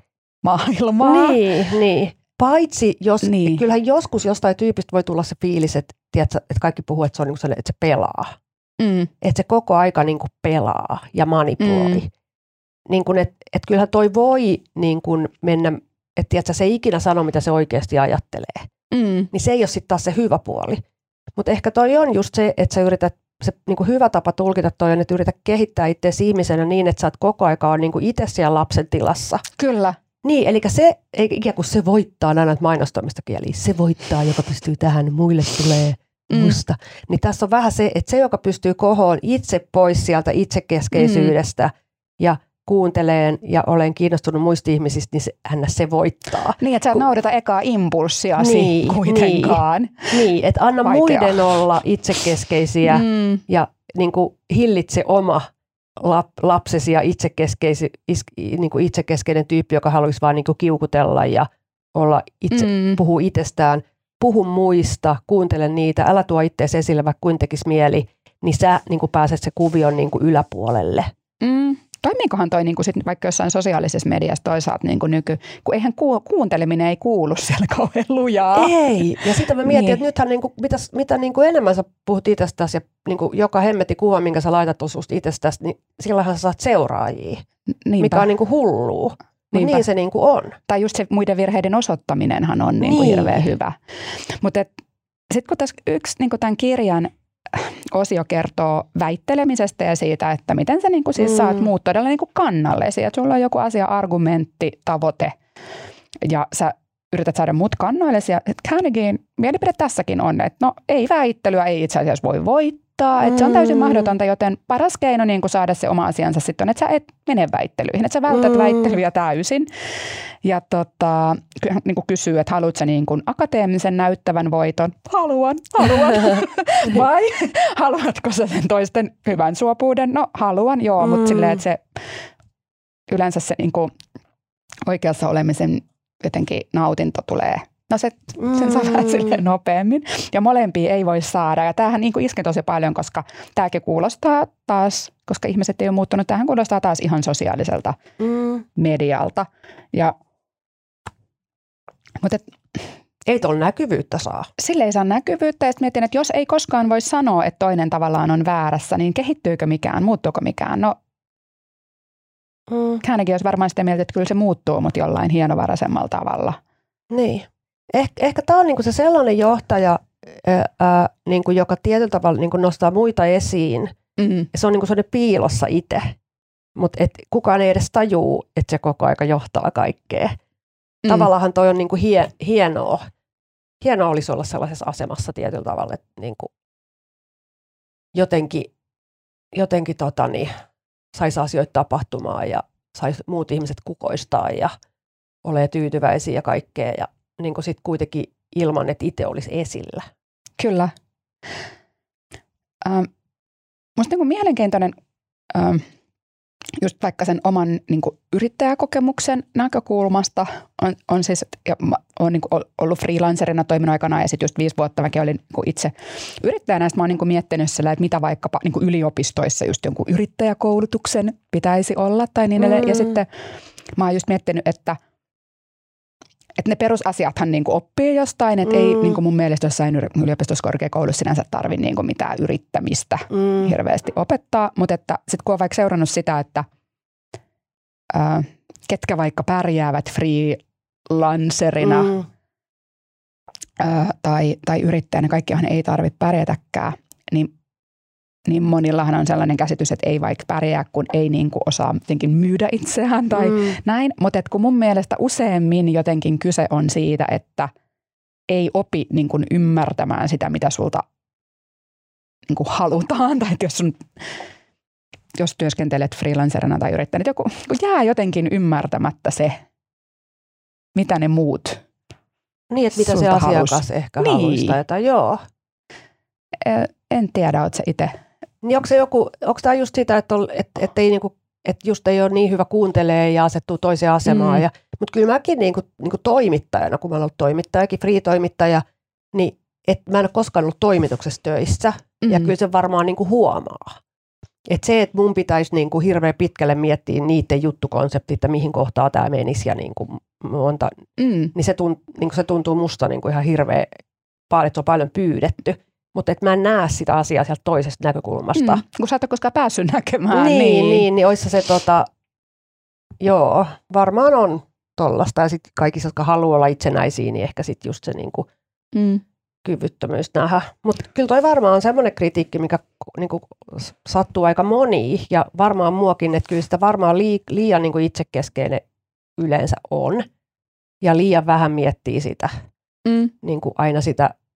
maailmaa.
Niin, niin. Paitsi, jos, niin. kyllähän joskus jostain tyypistä voi tulla se fiilis, että, tiedätkö, että kaikki puhuu, että se on niin kuin että se pelaa. Mm. Että se koko aika niin kuin pelaa ja manipuloi. Mm. Niin kuin, että, että kyllähän toi voi niin kuin mennä, että tiedätkö, se ei ikinä sano, mitä se oikeasti ajattelee. Mm. Niin se ei ole sitten taas se hyvä puoli. Mutta ehkä toi on just se, että sä yrität, se niin kuin hyvä tapa tulkita toi on, että yritä kehittää itseäsi ihmisenä niin, että sä oot koko aika on niin kuin itse siellä lapsen tilassa.
Kyllä.
Niin, eli se, ikään kuin se voittaa, nämä näitä mainostamista kieliä, se voittaa, joka pystyy tähän, muille tulee mm. musta. Niin tässä on vähän se, että se, joka pystyy kohoon itse pois sieltä itsekeskeisyydestä mm. ja kuunteleen ja olen kiinnostunut muista ihmisistä, niin se, hän se voittaa.
Niin, että sä et Ku... noudata ekaa impulssiasi niin, kuitenkaan.
Niin, niin että anna Vaikea. muiden olla itsekeskeisiä mm. ja niin kuin hillitse oma lap, lapsesi ja itsekeskeisi, is, niin kuin itsekeskeinen tyyppi, joka haluaisi vaan niin kuin kiukutella ja olla itse, mm. puhua itsestään. Puhu muista, kuuntele niitä, älä tuo itseäsi esille, vaikka kuin tekisi mieli, niin sä niin kuin pääset se kuvion niin kuin yläpuolelle.
Mm. Toimiikohan toi niin kuin sit vaikka jossain sosiaalisessa mediassa toisaalta niin kuin nyky, kun eihän ku, kuunteleminen ei kuulu siellä kauhean lujaa.
Ei, ja sitä mä mietin, niin. että nythän niin kuin, mitä, mitä niin kuin enemmän sä puhut itsestäsi ja niin kuin joka hemmetti kuva, minkä sä laitat susta itsestäsi, niin sillähän sä saat seuraajia, Niinpä. mikä on niin kuin hullua. Niin se niin kuin on.
Tai just se muiden virheiden osoittaminenhan on niin kuin niin. hirveän hyvä. Mutta sitten kun tässä yksi niin kuin tämän kirjan osio kertoo väittelemisestä ja siitä, että miten sä niin kuin siis mm. saat muut todella niin kuin kannallesi. Että sulla on joku asia, argumentti, tavoite ja sä yrität saada muut kannoillesi. Ja Carnegien mielipide tässäkin on, että no ei väittelyä, ei itse asiassa voi voittaa. Että se on täysin mahdotonta, joten paras keino niin kuin saada se oma asiansa sitten on, että sä et mene väittelyihin. Että sä vältät mm. väittelyä täysin. Ja tota, niin kuin kysyy, että haluatko sä niin kuin akateemisen näyttävän voiton? Haluan, haluan. Vai haluatko sä sen toisten hyvän suopuuden? No haluan, joo, mm. mutta silleen, että se yleensä se niin kuin oikeassa olemisen jotenkin nautinto tulee. No se, sen saa vähän silleen nopeammin. Ja molempia ei voi saada. Ja tämähän niin kuin iskee tosi paljon, koska tämäkin kuulostaa taas, koska ihmiset ei ole muuttunut, tämähän kuulostaa taas ihan sosiaaliselta mm. medialta. Ja, mutta et,
ei tuolla näkyvyyttä saa.
Sille ei saa näkyvyyttä. Ja sitten mietin, että jos ei koskaan voi sanoa, että toinen tavallaan on väärässä, niin kehittyykö mikään, muuttuuko mikään? No, mm. Carnegie olisi varmaan sitä mieltä, että kyllä se muuttuu, mutta jollain hienovaraisemmalla tavalla.
Niin. Eh, ehkä tämä on niinku se sellainen johtaja, ää, niinku, joka tietyllä tavalla niinku nostaa muita esiin. Mm-hmm. Se on niinku sellainen piilossa itse, mutta kukaan ei edes tajuu, että se koko aika johtaa kaikkea. Mm. Tavallaan toi on niinku hie, hienoa. Hienoa olisi olla sellaisessa asemassa tietyllä tavalla, että niinku jotenkin, jotenkin tota, niin, saisi asioita tapahtumaan ja saisi muut ihmiset kukoistaa ja ole tyytyväisiä ja kaikkea. Ja niin kuin sit kuitenkin ilman, että itse olisi esillä.
Kyllä. Ähm, musta niin kuin mielenkiintoinen ähm, just vaikka sen oman niin kuin yrittäjäkokemuksen näkökulmasta on, on siis, ja mä oon niin kuin ollut freelancerina toiminut aikanaan ja sitten just viisi vuotta mäkin olin niin kuin itse yrittäjänä. Ja sitten mä oon niin kuin miettinyt sillä, että mitä vaikkapa niin kuin yliopistoissa just jonkun yrittäjäkoulutuksen pitäisi olla tai niin edelleen. Mm. Ja sitten mä oon just miettinyt, että Että ne perusasiathan niin kuin oppii jostain, että mm. ei niin kuin mun mielestä jossain yliopistossa korkeakoulussa sinänsä tarvitse niin kuin mitään yrittämistä mm. hirveästi opettaa. Mutta sitten kun on vaikka seurannut sitä, että ää, ketkä vaikka pärjäävät freelancerina mm. ää, tai, tai yrittäjänä, kaikkihan ei tarvitse pärjätäkään, niin niin monillahan on sellainen käsitys, että ei vaikka pärjää, kun ei niin kuin osaa jotenkin myydä itseään tai mm. näin. Mutta kun mun mielestä useammin jotenkin kyse on siitä, että ei opi niin kuin ymmärtämään sitä, mitä sulta niin kuin halutaan. Tai että jos, sun, jos työskentelet freelancerina tai yrittäjänä, niin joku jää jotenkin ymmärtämättä se, mitä ne muut
niin, että mitä se asiakas halus. Ehkä niin. haluaisi tai joo.
En tiedä, ootko sä itse...
Niin onko se joku, onko tämä just sitä, että, että, että, ei niinku, että just ei ole niin hyvä kuuntelee ja asettuu toiseen asemaan. Mm. Ja, mutta kyllä mäkin niinku, niinku toimittajana, kun mä olen ollut toimittajakin, free-toimittaja, niin että mä en ole koskaan ollut toimituksessa töissä. Mm. Ja kyllä se varmaan niinku huomaa. Että se, että mun pitäisi niinku hirveän pitkälle miettiä niiden juttukonseptit, että mihin kohtaa tämä menisi ja niinku monta, mm. niin se, tunt, niinku se tuntuu musta niinku ihan hirveän paljon, että se on paljon pyydetty. Mutta et mä en näe sitä asiaa sieltä toisesta näkökulmasta. Mm, kun
sä et ole koskaan päässyt näkemään.
Niin, niin, niin, niin olisi se tota, joo, varmaan on tollasta. Ja sitten kaikissa, jotka haluaa olla itsenäisiä, niin ehkä sitten just se niinku mm. kyvyttömyys nähdä. Mutta kyllä toi varmaan on semmoinen kritiikki, mikä niinku sattuu aika moniin. Ja varmaan muakin, että kyllä sitä varmaan lii, liian niinku itsekeskeinen yleensä on. Ja liian vähän miettii sitä, mm. niinku aina sitä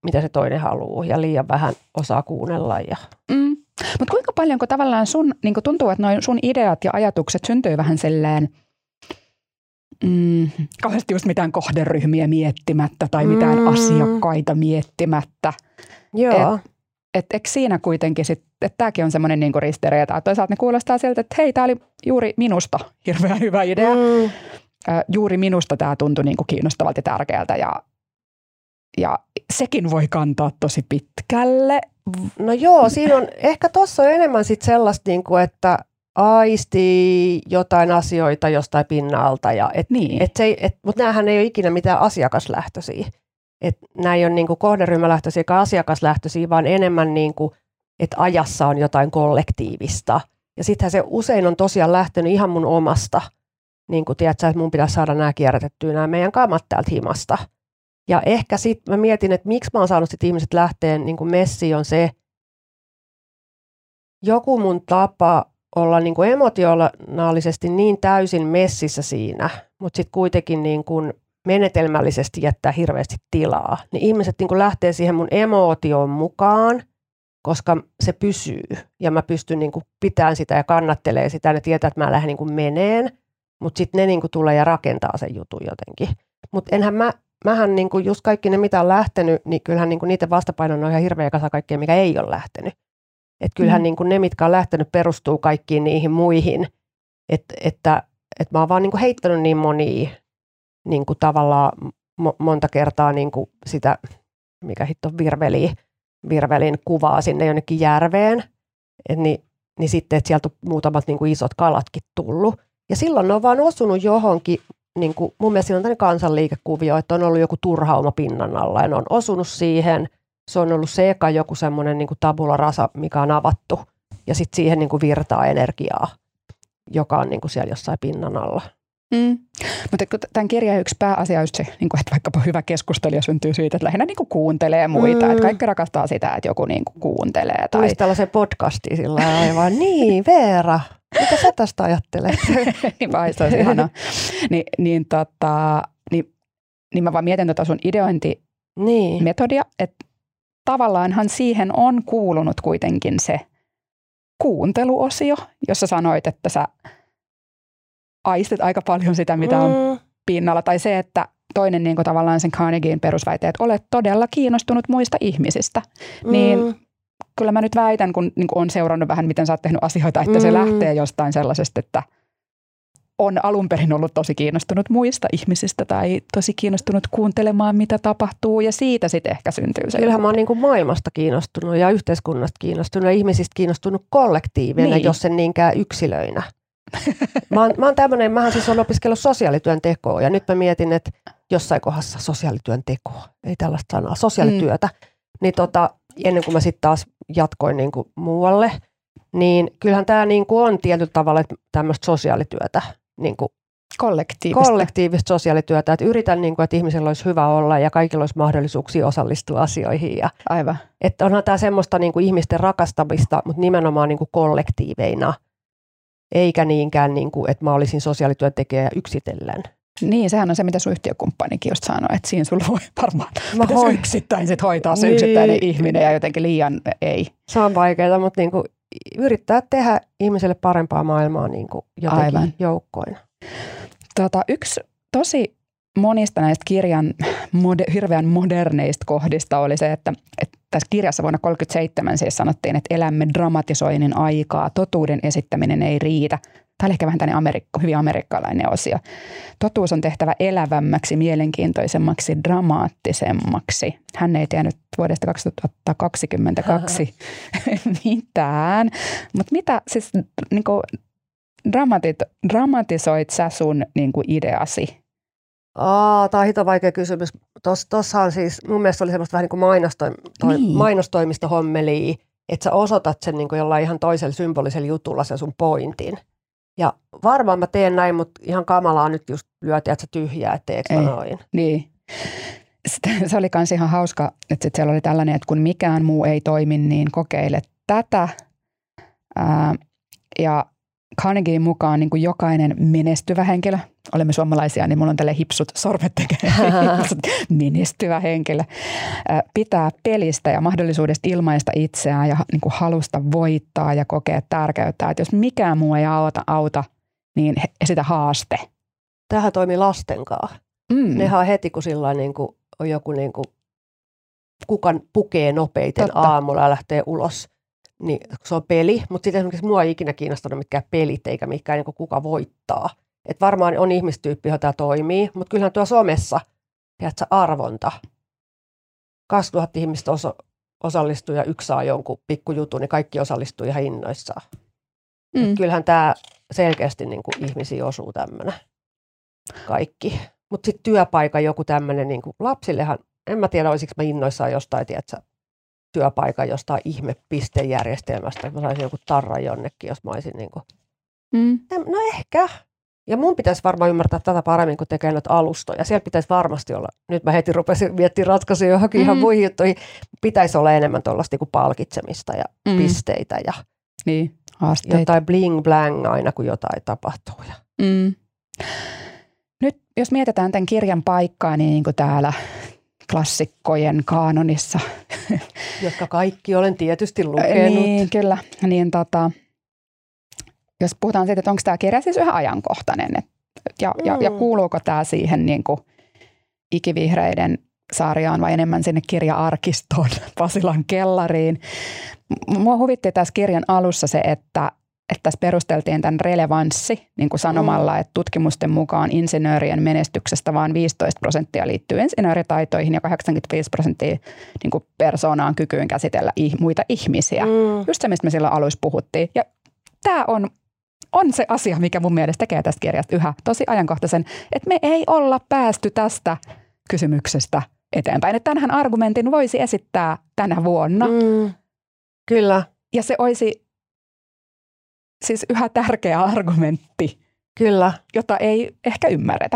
mitä se toinen haluaa ja liian vähän osaa kuunnella. Ja...
Mm. Mutta kuinka paljonko tavallaan sun, niin tuntuu, että noin sun ideat ja ajatukset syntyy vähän silleen, mm, kauheasti just mitään kohderyhmiä miettimättä tai mitään mm. asiakkaita miettimättä.
Joo.
Et, et, eikö siinä kuitenkin sitten, että tämäkin on semmoinen niinku ristiriita, että toisaalta ne kuulostaa siltä, että hei, tämä oli juuri minusta hirveän hyvä idea. Mm. Äh, juuri minusta tämä tuntui niinku kiinnostavalta ja tärkeältä ja, ja sekin voi kantaa tosi pitkälle.
No joo, siinä on, ehkä tuossa on enemmän sit sellaista, niinku, että aistii jotain asioita jostain pinnalta. Ja et,
niin.
et se, et, mutta näähän ei ole ikinä mitään asiakaslähtöisiä. Nämä ei ole niinku kohderyhmälähtöisiä eikä asiakaslähtöisiä, vaan enemmän, niinku, että ajassa on jotain kollektiivista. Ja sittenhän se usein on tosiaan lähtenyt ihan mun omasta. Niin kuin tiedätkö, että mun pitäisi saada nämä kierrätettyä, nämä meidän kamat täältä himasta. Ja ehkä sitten mä mietin, että miksi mä oon saanut sit ihmiset lähteen niin kuin messiin on se, joku mun tapa olla niin kuin emotionaalisesti niin täysin messissä siinä, mutta sitten kuitenkin niin kuin menetelmällisesti jättää hirveästi tilaa. Niin ihmiset niin kuin lähtee siihen mun emootioon mukaan, koska se pysyy ja mä pystyn niin kuin pitämään sitä ja kannattelee sitä ja ne tietää, että mä lähden niin kuin meneen. Mutta sitten ne niinku tulee ja rakentaa sen jutun jotenkin. Mutta enhän mä, mähän niinku just kaikki ne, mitä on lähtenyt, niin kyllähän niinku niiden vastapainona on ihan hirveä kasa kaikkea, mikä ei ole lähtenyt. Että kyllähän mm. niinku ne, mitkä on lähtenyt, perustuu kaikkiin niihin muihin. Et, että et mä oon vaan niinku heittänyt niin monia niinku tavallaan mo- monta kertaa niinku sitä, mikä hitto virveli, virvelin kuvaa sinne jonnekin järveen. Et ni, niin sitten, että sieltä on muutamat niinku isot kalatkin tullut. Ja silloin ne on vaan osunut johonkin, niin kuin mun mielestä siinä on tämmöinen kansanliikekuvio, että on ollut joku turhauma pinnan alla ja ne on osunut siihen. Se on ollut se eka joku semmoinen niin kuin tabula rasa, mikä on avattu ja sitten siihen niin kuin virtaa energiaa, joka on niin kuin siellä jossain pinnan alla.
Mm. Mutta tämän kirjan yksi pääasia on just se, niin kuin, että vaikkapa hyvä keskustelija syntyy siitä, että lähinnä niin kuin kuuntelee muita. Mm. Että kaikki rakastaa sitä, että joku niin kuin kuuntelee. Tai...
Tulisi tällaisen podcastiin sillä aivan, niin Veera, mitä sä tästä ajattelet?
Niin vai, se olisi ihanaa. Ni, niin, tota, niin, niin mä vaan mietin tuota sun ideointimetodia, niin. Että tavallaanhan siihen on kuulunut kuitenkin se kuunteluosio, jossa sanoit, että sä aistit aika paljon sitä, mitä on mm. pinnalla. Tai se, että toinen niin kuin tavallaan sen Carnegien perusväite, että olet todella kiinnostunut muista ihmisistä. Mm. Niin kyllä mä nyt väitän, kun niin kuin on seurannut vähän, miten sä oot tehnyt asioita, että mm. se lähtee jostain sellaisesta, että on alun perin ollut tosi kiinnostunut muista ihmisistä tai tosi kiinnostunut kuuntelemaan, mitä tapahtuu. Ja siitä sitten ehkä syntyy se.
Kyllähän mä oon niin kuin maailmasta kiinnostunut ja yhteiskunnasta kiinnostunut ja ihmisistä kiinnostunut kollektiivina, niin. Jos en niinkään yksilöinä. Mä oon, mä oon tämmönen, mähän siis olen opiskellut sosiaalityön tekoa ja nyt mä mietin, että jossain kohdassa sosiaalityön tekoa, ei tällaista sanaa, sosiaalityötä, mm. niin tota, ennen kuin mä sitten taas jatkoin niin kuin muualle, niin kyllähän tämä niin kuin on tietyllä tavalla tämmöistä sosiaalityötä, niin kuin
kollektiivista.
kollektiivista sosiaalityötä, että yritän, niin kuin, että ihmisillä olisi hyvä olla ja kaikilla olisi mahdollisuuksia osallistua asioihin. Ja,
aivan.
Että onhan tämä semmoista niin kuin ihmisten rakastamista, mutta nimenomaan niin kuin kollektiiveina. Eikä niinkään, niin kuin, että mä olisin sosiaalityöntekijä yksitellen.
Niin, sehän on se, mitä sun yhtiökumppanikin just sanoi, että siinä sulla voi varmaan hoi. yksittäin sit hoitaa se niin. Yksittäinen ihminen ja jotenkin liian ei.
Se on vaikeaa, mutta niin kuin, yrittää tehdä ihmiselle parempaa maailmaa niin kuin jotenkin aivan. Joukkoina.
Tota, yksi tosi monista näistä kirjan moder- hirveän moderneista kohdista oli se, että, että tässä kirjassa vuonna tuhatyhdeksänsataakolmekymmentäseitsemän siis sanottiin, että elämme dramatisoinnin aikaa, totuuden esittäminen ei riitä. Tämä oli ehkä vähän tämmöinen amerikko, hyvin amerikkalainen osio. Totuus on tehtävä elävämmäksi, mielenkiintoisemmaksi, dramaattisemmaksi. Hän ei tiennyt vuodesta kaksituhattakaksikymmentäkaksi mitään. Mutta mitä siis niin kuin, dramatit, dramatisoit sä sun niin kuin ideasi?
Aa, tämä on hito vaikea kysymys. Tuossahan siis mun mielestä oli semmoista vähän niin kuin mainostoim, toi, niin. mainostoimista hommelia, että sä osoitat sen niin kuin jollain ihan toisella symbolisella jutulla sen sun pointin. Ja varmaan mä teen näin, mutta ihan kamalaa nyt just lyötiin, että sä tyhjää, että teekö mä noin.
Niin. Sitten se oli kans ihan hauska, että sit siellä oli tällainen, että kun mikään muu ei toimi, niin kokeile tätä. Ää, ja Carnegien mukaan niin kuin jokainen menestyvä henkilö, olemme suomalaisia, niin mulla on tälle hipsut sormet tekee, menestyvä henkilö, pitää pelistä ja mahdollisuudesta ilmaista itseään ja niin kuin halusta voittaa ja kokea tärkeyttä. Että jos mikään muu ei auta, auta niin sitä haaste.
Tämähän toimii lasten kanssa. Mm. Nehän on heti, kun sillä niin kuin on joku, niin kuin, kuka pukee nopeiten Totta. aamulla ja lähtee ulos. Niin se on peli, mutta sitten esimerkiksi mua ei ikinä kiinnostanut mitkään pelit eikä mikään niin kuka voittaa. Et varmaan on ihmistyyppi, johon tämä toimii, mutta kyllähän tuo somessa, tiedätkö, arvonta. kaksikymmentätuhatta ihmistä osa, osallistuu ja yksi saa jonkun pikkujutun, niin kaikki osallistuu ihan innoissaan. Mm. Kyllähän tämä selkeästi niin kuin ihmisiä osuu tämmöinen kaikki. Mutta sitten työpaikan joku tämmöinen, niin kuin lapsillehan, en mä tiedä, olisiko mä innoissaan jostain, tiedätkö, työpaikan jostain ihmepistejärjestelmästä, että mä saisin joku tarra jonnekin, jos mä olisin niin kuin, mm. no ehkä. Ja mun pitäisi varmaan ymmärtää tätä paremmin, kun tekee noita alustoja. Siellä pitäisi varmasti olla, nyt mä heti rupesin miettimään ratkaisuja johonkin mm. ihan muihin juttuihin, pitäisi olla enemmän tuollaista niin palkitsemista ja mm. pisteitä ja
niin, haasteita.
Jotain bling blang aina, kun jotain tapahtuu.
Mm. Nyt jos mietitään tämän kirjan paikkaa, niin, niin kuin täällä klassikkojen kaanonissa.
Jotka kaikki olen tietysti lukenut.
Niin, kyllä. Niin, tota, jos puhutaan siitä, että onko tämä kirja siis yhä ajankohtainen et, ja, mm. ja, ja kuuluuko tämä siihen niin kuin ikivihreiden sarjaan vai enemmän sinne kirja-arkistoon, Pasilan kellariin. Mua huvitti tässä kirjan alussa se, että että tässä perusteltiin tämän relevanssi niin kuin sanomalla, mm. että tutkimusten mukaan insinöörien menestyksestä vain viisitoista prosenttia liittyy insinööritaitoihin ja kahdeksankymmentäviisi prosenttia niin kuin persoonaan kykyyn käsitellä ih- muita ihmisiä. Mm. Just se, mistä me silloin alussa puhuttiin. Ja tämä on, on se asia, mikä mun mielestä tekee tästä kirjasta yhä tosi ajankohtaisen, että me ei olla päästy tästä kysymyksestä eteenpäin. Että tämänhän argumentin voisi esittää tänä vuonna. Mm.
Kyllä.
Ja se olisi siis yhä tärkeä argumentti,
kyllä,
jota ei ehkä ymmärretä.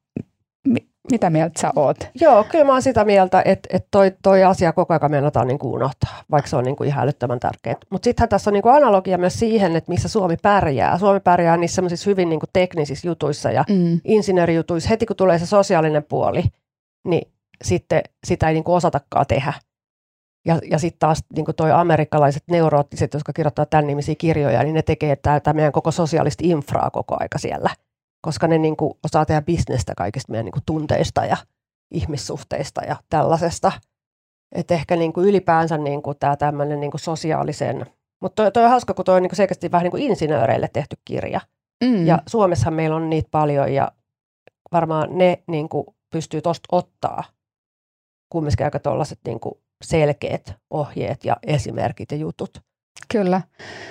M- mitä mieltä sä oot?
Joo, kyllä mä oon sitä mieltä, että, että toi, toi asia koko ajan meinataan niin kuin unohtaa, vaikka se on niin kuin ihan älyttömän tärkeää. Mutta sittenhän tässä on niin kuin analogia myös siihen, että missä Suomi pärjää. Suomi pärjää niissä semmoisissa hyvin niin kuin teknisissä jutuissa ja mm. insinöörijutuissa. Heti kun tulee se sosiaalinen puoli, niin sitten sitä ei niin kuin osatakaan tehdä. Ja, ja sitten taas niin toi amerikkalaiset neuroottiset, jotka kirjoittaa tämän nimisiä kirjoja, niin ne tekee tätä meidän koko sosiaalista infraa koko aika siellä. Koska ne niin kuin osaa tehdä bisnestä kaikista meidän niin kuin tunteista ja ihmissuhteista ja tällaisesta. Että ehkä niin kuin ylipäänsä niin kuin tämä tämmöinen niin kuin sosiaalisen, mutta toi, toi on hauska, kun toi on niin kuin selkeästi vähän niin kuin insinööreille tehty kirja. Mm. Ja Suomessahan meillä on niitä paljon ja varmaan ne niin kuin pystyy tosta ottaa kumminkin aika tuollaiset niin kuin selkeät ohjeet ja esimerkit ja jutut.
Kyllä.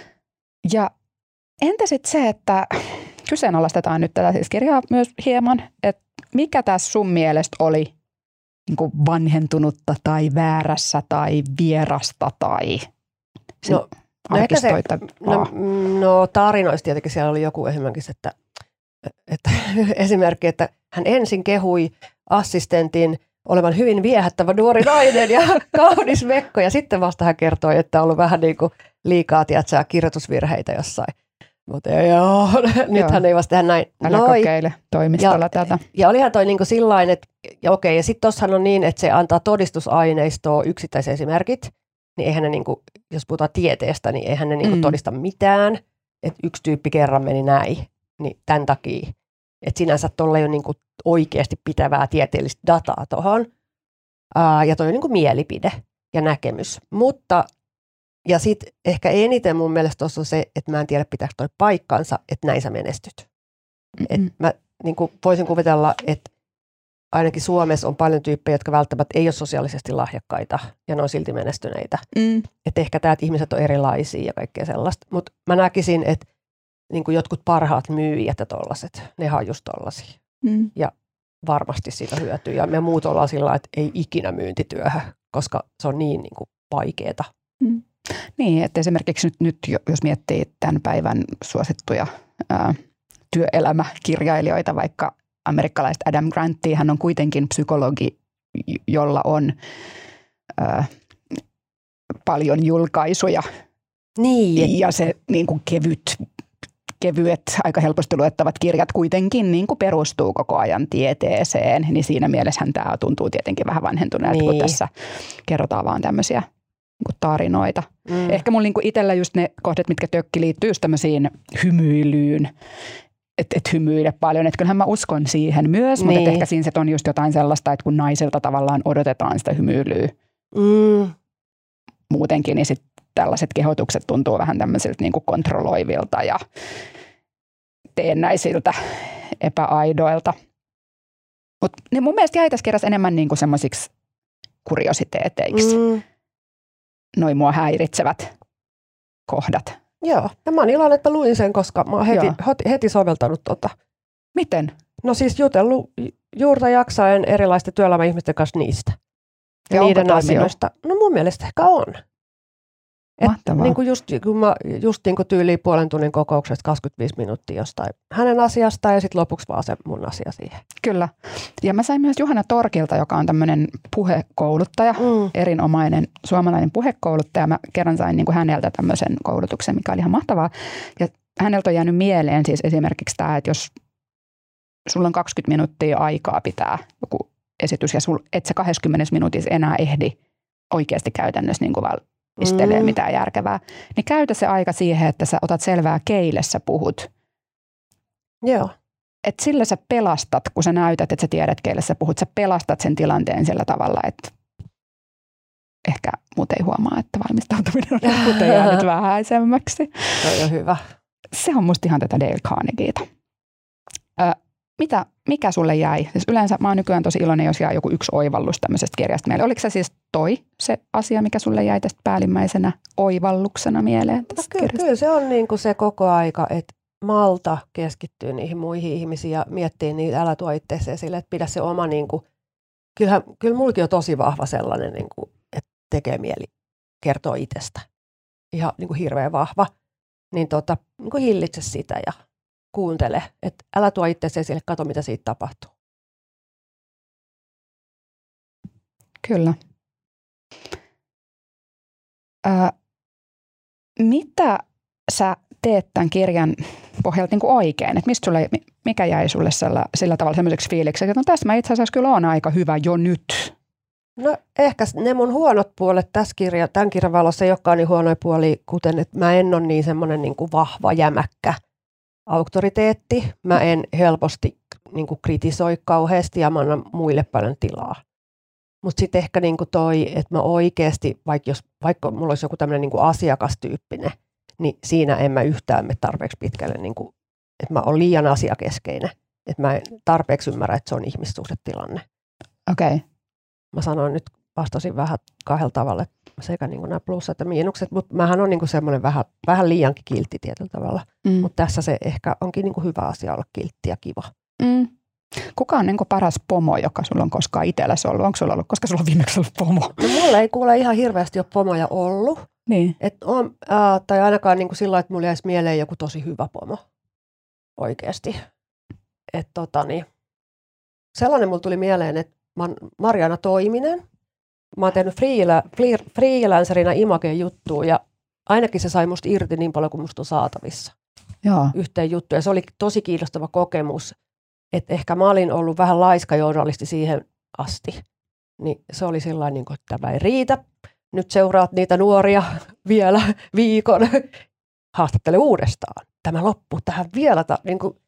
Ja entä sitten se, että kyseenalaistetaan nyt tätä siis kirjaa myös hieman, että mikä tässä sun mielestä oli niin kuin vanhentunutta tai väärässä tai vierasta tai
no, arkistoita? No, no tarinoista tietenkin siellä oli joku esimerkiksi, että, että esimerkki, että hän ensin kehui assistentin olevan hyvin viehättävä nuori nainen ja kaunis mekko. Ja sitten vasta hän kertoi, että on ollut vähän niin kuin liikaa, tiedätkö, kirjoitusvirheitä jossain. Mutta joo, nyt hän ei vasta tehdä näin.
Älä kokeile toimistolla
ja,
tätä.
Ja olihan toi niin kuin sillain, että ja okei, ja sitten tuossahan on niin, että se antaa todistusaineistoa yksittäisesimerkit. Niin eihän ne, niin kuin, jos puhutaan tieteestä, niin eihän ne niin kuin mm. todista mitään. Että yksi tyyppi kerran meni näin, niin tämän takia. Että sinänsä tuolla ei ole niin kuin oikeasti pitävää tieteellistä dataa tuohon. Uh, ja toi on niin kuin mielipide ja näkemys. Mutta, ja sitten ehkä eniten mun mielestä tuossa on se, että mä en tiedä pitääkö toi paikkansa, että näin sä menestyt. Mm-hmm. Et mä niin kuin voisin kuvitella, että ainakin Suomessa on paljon tyyppejä, jotka välttämättä ei ole sosiaalisesti lahjakkaita ja ne on silti menestyneitä. Mm. Että ehkä tämä, että ihmiset on erilaisia ja kaikkea sellaista. Mutta mä näkisin, että niin kuin jotkut parhaat myyjät ja tollaset, ne on just tollasia. Mm. Ja varmasti siitä hyötyy. Ja me muut ollaan sillä, että ei ikinä myyntityöhön, koska se on niin, niin kuin vaikeeta.
Mm. Niin, että esimerkiksi nyt, nyt jos miettii tämän päivän suosittuja ää, työelämäkirjailijoita, vaikka amerikkalaiset Adam Grantia, hän on kuitenkin psykologi, jolla on ää, paljon julkaisuja.
Niin.
Ja se niin kuin kevyt kevyet, aika helposti luettavat kirjat kuitenkin niin kuin perustuu koko ajan tieteeseen, niin siinä mielessähän tämä tuntuu tietenkin vähän vanhentuneelta, niin. kun tässä kerrotaan vaan tämmöisiä niin kuin tarinoita. Mm. Ehkä mulla niin kuin itsellä just ne kohdat, mitkä tökki liittyy just tämmöisiin hymyilyyn, että et hymyile paljon. Että kyllähän mä uskon siihen myös, niin. mutta ehkä siinä se on just jotain sellaista, että kun naisilta tavallaan odotetaan sitä hymyilyä mm. muutenkin, niin sitten tällaiset kehotukset tuntuu vähän tämmöisiltä niin kuin kontrolloivilta ja teennäisiltä epäaidoilta. Mutta ne mun mielestä jäi tässä kirjassa enemmän niin kuin semmoisiksi kuriositeeteiksi. Mm. Noi mua häiritsevät kohdat.
Joo, ja mä oon iloinen, että luin sen, koska mä oon heti, heti soveltanut tota.
Miten?
No siis jutellut juurta jaksaen erilaisten työelämäihmisten kanssa niistä. Ja, ja niiden asioista. No mun mielestä ehkä on. Et niin kuin just, kun mä just niin kuin tyyliin puolen tunnin kokouksesta kaksikymmentäviisi minuuttia jostain hänen asiastaan ja sitten lopuksi vaan se mun asia siihen.
Kyllä. Ja mä sain myös Juhana Torkilta, joka on tämmöinen puhekouluttaja, mm. erinomainen suomalainen puhekouluttaja. Mä kerran sain niin kuin häneltä tämmöisen koulutuksen, mikä oli ihan mahtavaa. Ja häneltä on jäänyt mieleen siis esimerkiksi tämä, että jos sulla on kaksikymmentä minuuttia aikaa pitää joku esitys ja sul, et sä kaksikymmentä minuutissa enää ehdi oikeasti käytännössä niin kuin istelee mm. mitään järkevää, niin käytä se aika siihen, että sä otat selvää, keille sä puhut.
Joo.
Että sillä sä pelastat, kun sä näytät, että sä tiedät, keille sä puhut, sä pelastat sen tilanteen sillä tavalla, että ehkä muut ei huomaa, että valmistautuminen on muuten jäänyt vähäisemmäksi.
Se on hyvä.
Se on musta ihan tätä Dale Carnegieta. Ö, mitä, mikä sulle jäi? Siis yleensä mä oon nykyään tosi iloinen, jos jää joku yksi oivallus tämmöisestä kirjasta meille. Oliko se siis toi se asia, mikä sulle jäi tästä päällimmäisenä oivalluksena mieleen tästä
no, kyllä, kyllä se on niin kuin se koko aika, että malta keskittyy niihin muihin ihmisiin ja miettii niitä, älä tuo itseäsi esille, että pidä se oma, niin kuin, kyllähän, kyllä mullakin on tosi vahva sellainen, niin kuin, että tekee mieli kertoa itsestä. Ihan niin kuin hirveän vahva. Niin, tota, niin kuin hillitse sitä ja kuuntele, että älä tuo itseäsi esille, kato mitä siitä tapahtuu.
Kyllä. Ää, mitä sä teet tämän kirjan pohjalta niin kuin oikein? Et mistä sulle, mikä jäi sulle sillä, sillä tavalla sellaiseksi fiiliksi, että no tässä mä itse asiassa kyllä on aika hyvä jo nyt?
No ehkä ne mun huonot puolet tässä kirja, tämän kirjan valossa ei olekaan niin huonoja puolia, kuten että mä en ole niin semmoinen niin kuin vahva, jämäkkä auktoriteetti. Mä en helposti niin kuin kritisoi kauheasti ja mä annan muille paljon tilaa. Mutta sitten ehkä niin kuin toi, että mä oikeasti, vaikka, jos, vaikka mulla olisi joku tämmöinen niin kuin asiakastyyppinen, niin siinä en mä yhtään mene tarpeeksi pitkälle, niin kuin, että mä oon liian asiakeskeinen. Että mä en tarpeeksi ymmärrä, että se on ihmissuhdetilanne.
Okei. Okay.
Mä sanoin nyt, vastasin vähän kahdella tavalla, sekä niin kuin nämä plussat että miinukset, mutta mähän on niin kuin semmoinen vähän, vähän liiankin kiltti tietyllä tavalla. Mm. Mutta tässä se ehkä onkin niin kuin hyvä asia olla kiltti ja kiva.
Mm. Kuka on niin kuin paras pomo, joka sulla on koskaan itselläsi ollut? Onko sulla ollut, koska sulla on viimeksi ollut pomo?
No mulla ei kuule ihan hirveästi ole pomoja ollut.
Niin.
Et on, äh, tai ainakaan niin kuin sillä lailla, että mulla jäisi mieleen joku tosi hyvä pomo. Oikeasti. Et tota niin. Sellainen mulla tuli mieleen, että mä oon Mariana Toiminen. Mä oon tehnyt freela, freelancerina Imagen juttuun ja ainakin se sai musta irti niin paljon kuin musta on saatavissa.
Joo.
Yhteen juttuun. Ja se oli tosi kiinnostava kokemus. Että ehkä mä olin ollut vähän laiska journalisti siihen asti. Niin se oli sellainen, niin kuin, että tämä ei riitä. Nyt seuraat niitä nuoria vielä viikon. Haastattele uudestaan. Tämä loppuu tähän vielä. Ta- niin kuin,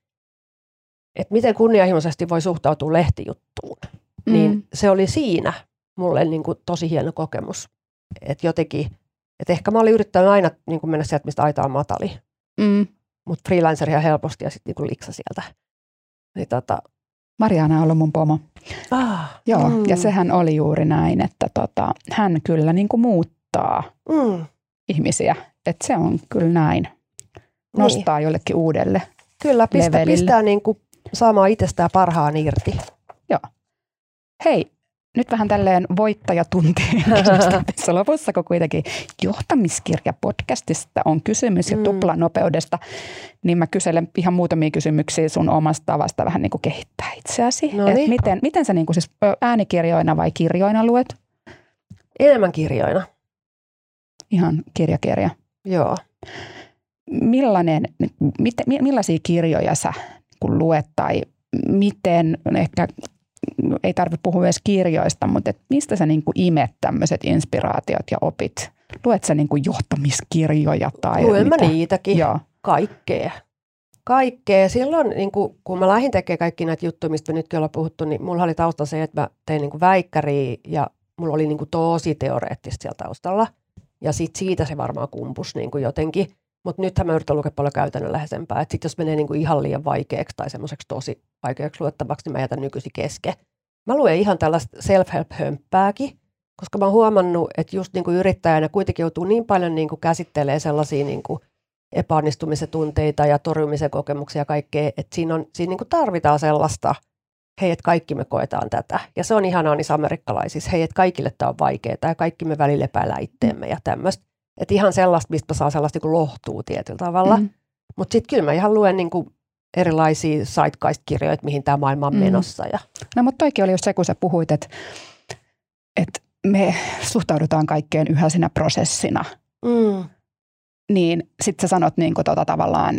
että miten kunnianhimoisesti voi suhtautua lehtijuttuun. Mm. Niin se oli siinä mulle niin kuin tosi hieno kokemus. Että jotenkin, että ehkä mä olin yrittänyt aina niin kuin mennä sieltä, mistä aita on matali.
Mm.
Mutta freelanceria helposti ja sitten niin kuin liksa sieltä. Niin tota.
Mariana on ollut mun pomo.
Ah,
Joo,
mm.
ja sehän oli juuri näin, että tota, hän kyllä niin kuin muuttaa mm. ihmisiä. Että se on kyllä näin. Nostaa niin. Jollekin uudelle
Kyllä, pistä,
levelille.
pistää niin kuin saamaan itsestään parhaan irti.
Joo. Hei, nyt vähän tälleen voittajatuntiin tässä lopussa, kun kuitenkin johtamiskirja-podcastista on kysymys ja mm. tuplanopeudesta, niin mä kyselen ihan muutamia kysymyksiä sun omasta tavasta vähän niin kuin kehittää itseäsi. Et miten, miten sä niin kuin siis äänikirjoina vai kirjoina luet?
Enemmän kirjoina.
Ihan kirjakirja.
Joo.
millainen, mit, millaisia kirjoja sä kun luet tai miten, ehkä ei tarvitse puhua edes kirjoista, mutta et mistä sä niin kuin imet tämmöiset inspiraatiot ja opit? Luet sä niin kuin johtamiskirjoja tai
Luen
mitä?
mä niitäkin.
Joo.
Kaikkea. Kaikkea. Silloin, niin kuin, kun mä lähdin tekemään kaikki näitä juttuja, mistä me nytkin ollaan puhuttu, niin mulla oli tausta se, että mä tein niin kuin väikkäriä ja mulla oli niin kuin tosi teoreettista siellä taustalla. Ja sit siitä se varmaan kumpus niin kuin jotenkin. Mutta nythän mä yritän lukea paljon käytännönläheisempää. Että sit jos menee niin kuin ihan liian vaikeaksi tai semmoiseksi tosi vaikeaksi luettavaksi, niin mä jätän nykyisin kesken. Mä luen ihan tällaista self-help-hömppääkin, koska mä oon huomannut, että just niin kuin yrittäjänä kuitenkin joutuu niin paljon niin kuin käsittelee sellaisia niin kuin epäonnistumisen tunteita ja torjumisen kokemuksia ja kaikkea, että siinä, on, siinä niin kuin tarvitaan sellaista, hei, että kaikki me koetaan tätä. Ja se on ihanaa niissä amerikkalaisissa, hei, että kaikille tämä on vaikeaa ja kaikki me välillä epäillään itteemme ja tämmöistä. Että ihan sellaista, mistä saa sellaista niin kuin lohtua tietyllä tavalla. Mm. Mutta sitten kyllä mä ihan luen niin kuin erilaisia zeitgeist-kirjoja, mihin tämä maailma on mm. menossa. Ja.
No mutta toikin oli just se, kun sä puhuit, että, että me suhtaudutaan kaikkeen yhä siinä prosessina. Mm. Niin sitten sä sanot niin kuin tota tavallaan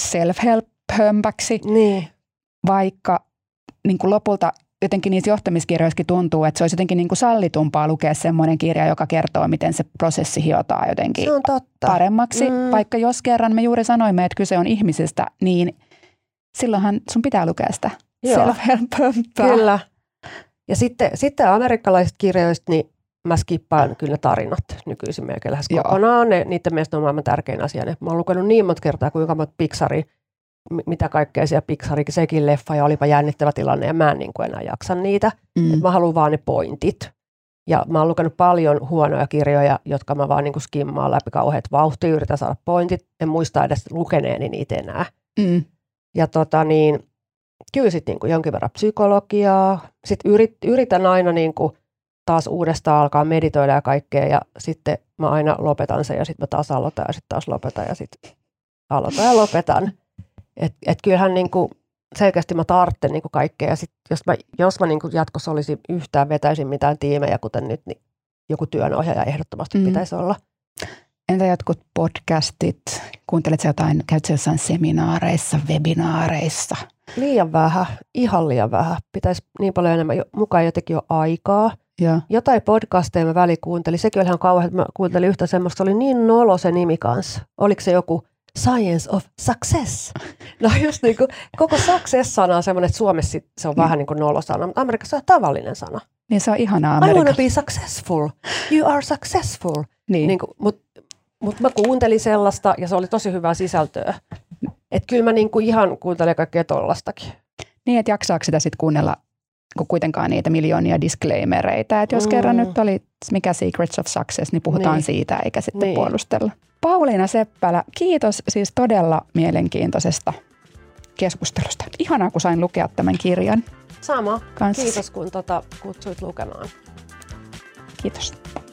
self-help-hömpäksi,
niin.
vaikka niin kuin lopulta jotenkin niissä johtamiskirjoissakin tuntuu, että se olisi jotenkin niin kuin sallitumpaa lukea semmoinen kirja, joka kertoo, miten se prosessi hiotaan jotenkin paremmaksi. Mm. Vaikka jos kerran me juuri sanoimme, että kyse on ihmisistä, niin silloinhan sun pitää lukea sitä self-help-hömpää.
Kyllä. Ja sitten, sitten amerikkalaisista kirjoista, niin mä skippaan kyllä tarinat nykyisin melkein lähes kokonaan. Ne, niiden mielestä on maailman tärkein asia. Mä oon lukenut niin monta kertaa, kuinka monta Pixaria, mitä kaikkea siellä Pixaria, sekin leffa ja olipa jännittävä tilanne ja mä en niin kuin enää jaksa niitä. Mm. Mä haluan vaan ne pointit. Ja mä oon lukenut paljon huonoja kirjoja, jotka mä vaan niin kuin skimmaan läpi kauheat vauhtia, yritän saada pointit. En muista edes lukeneeni niitä enää. Mm. Ja tota niin, kyllä sitten niin kuin jonkin verran psykologiaa. Sitten yrit, yritän aina niin kuin taas uudestaan alkaa meditoida ja kaikkea ja sitten mä aina lopetan sen ja sitten mä taas aloitan ja sitten taas lopetan ja sitten aloitan ja lopetan. Että et kyllähän niinku selkeästi mä tarvitsen niinku kaikkea ja sitten jos mä, jos mä niinku jatkossa olisin yhtään vetäisin mitään tiimejä kuten nyt, niin joku työnohjaaja ehdottomasti mm. pitäisi olla.
Entä jotkut podcastit? Kuuntelet sä jotain, käyt sä jossain seminaareissa, webinaareissa?
Liian vähän, ihan liian vähän. Pitäisi niin paljon enemmän, mukaan jotenkin jo aikaa.
Ja.
Jotain podcasteja mä väliin kuuntelin. Sekin oli ihan kauhean, että mä kuuntelin yhtä semmoista. Se oli niin nolo se nimi kanssa. Oliko se joku Science of Success? No just niin kuin, koko success-sana on semmoinen, että Suomessa se on mm. vähän niin kuin nolo-sana, mutta Amerikassa on tavallinen sana.
Niin se on ihanaa Amerikassa.
I wanna be successful. You are successful.
Niin.
Niin mutta mut mä kuuntelin sellaista ja se oli tosi hyvää sisältöä. Että kyllä mä niin kuin ihan kuuntelen kaikkea tollastakin.
Niin, että jaksaako sitä sitten kuunnella kun kuitenkaan niitä miljoonia disclaimereita, että jos mm. kerran nyt oli mikä Secrets of Success, niin puhutaan niin. siitä eikä sitten niin. puolustella. Pauliina Seppälä, kiitos siis todella mielenkiintoisesta keskustelusta. Ihanaa, kun sain lukea tämän kirjan.
Sama.
Kanssa.
Kiitos, kun tota, kutsuit lukemaan.
Kiitos.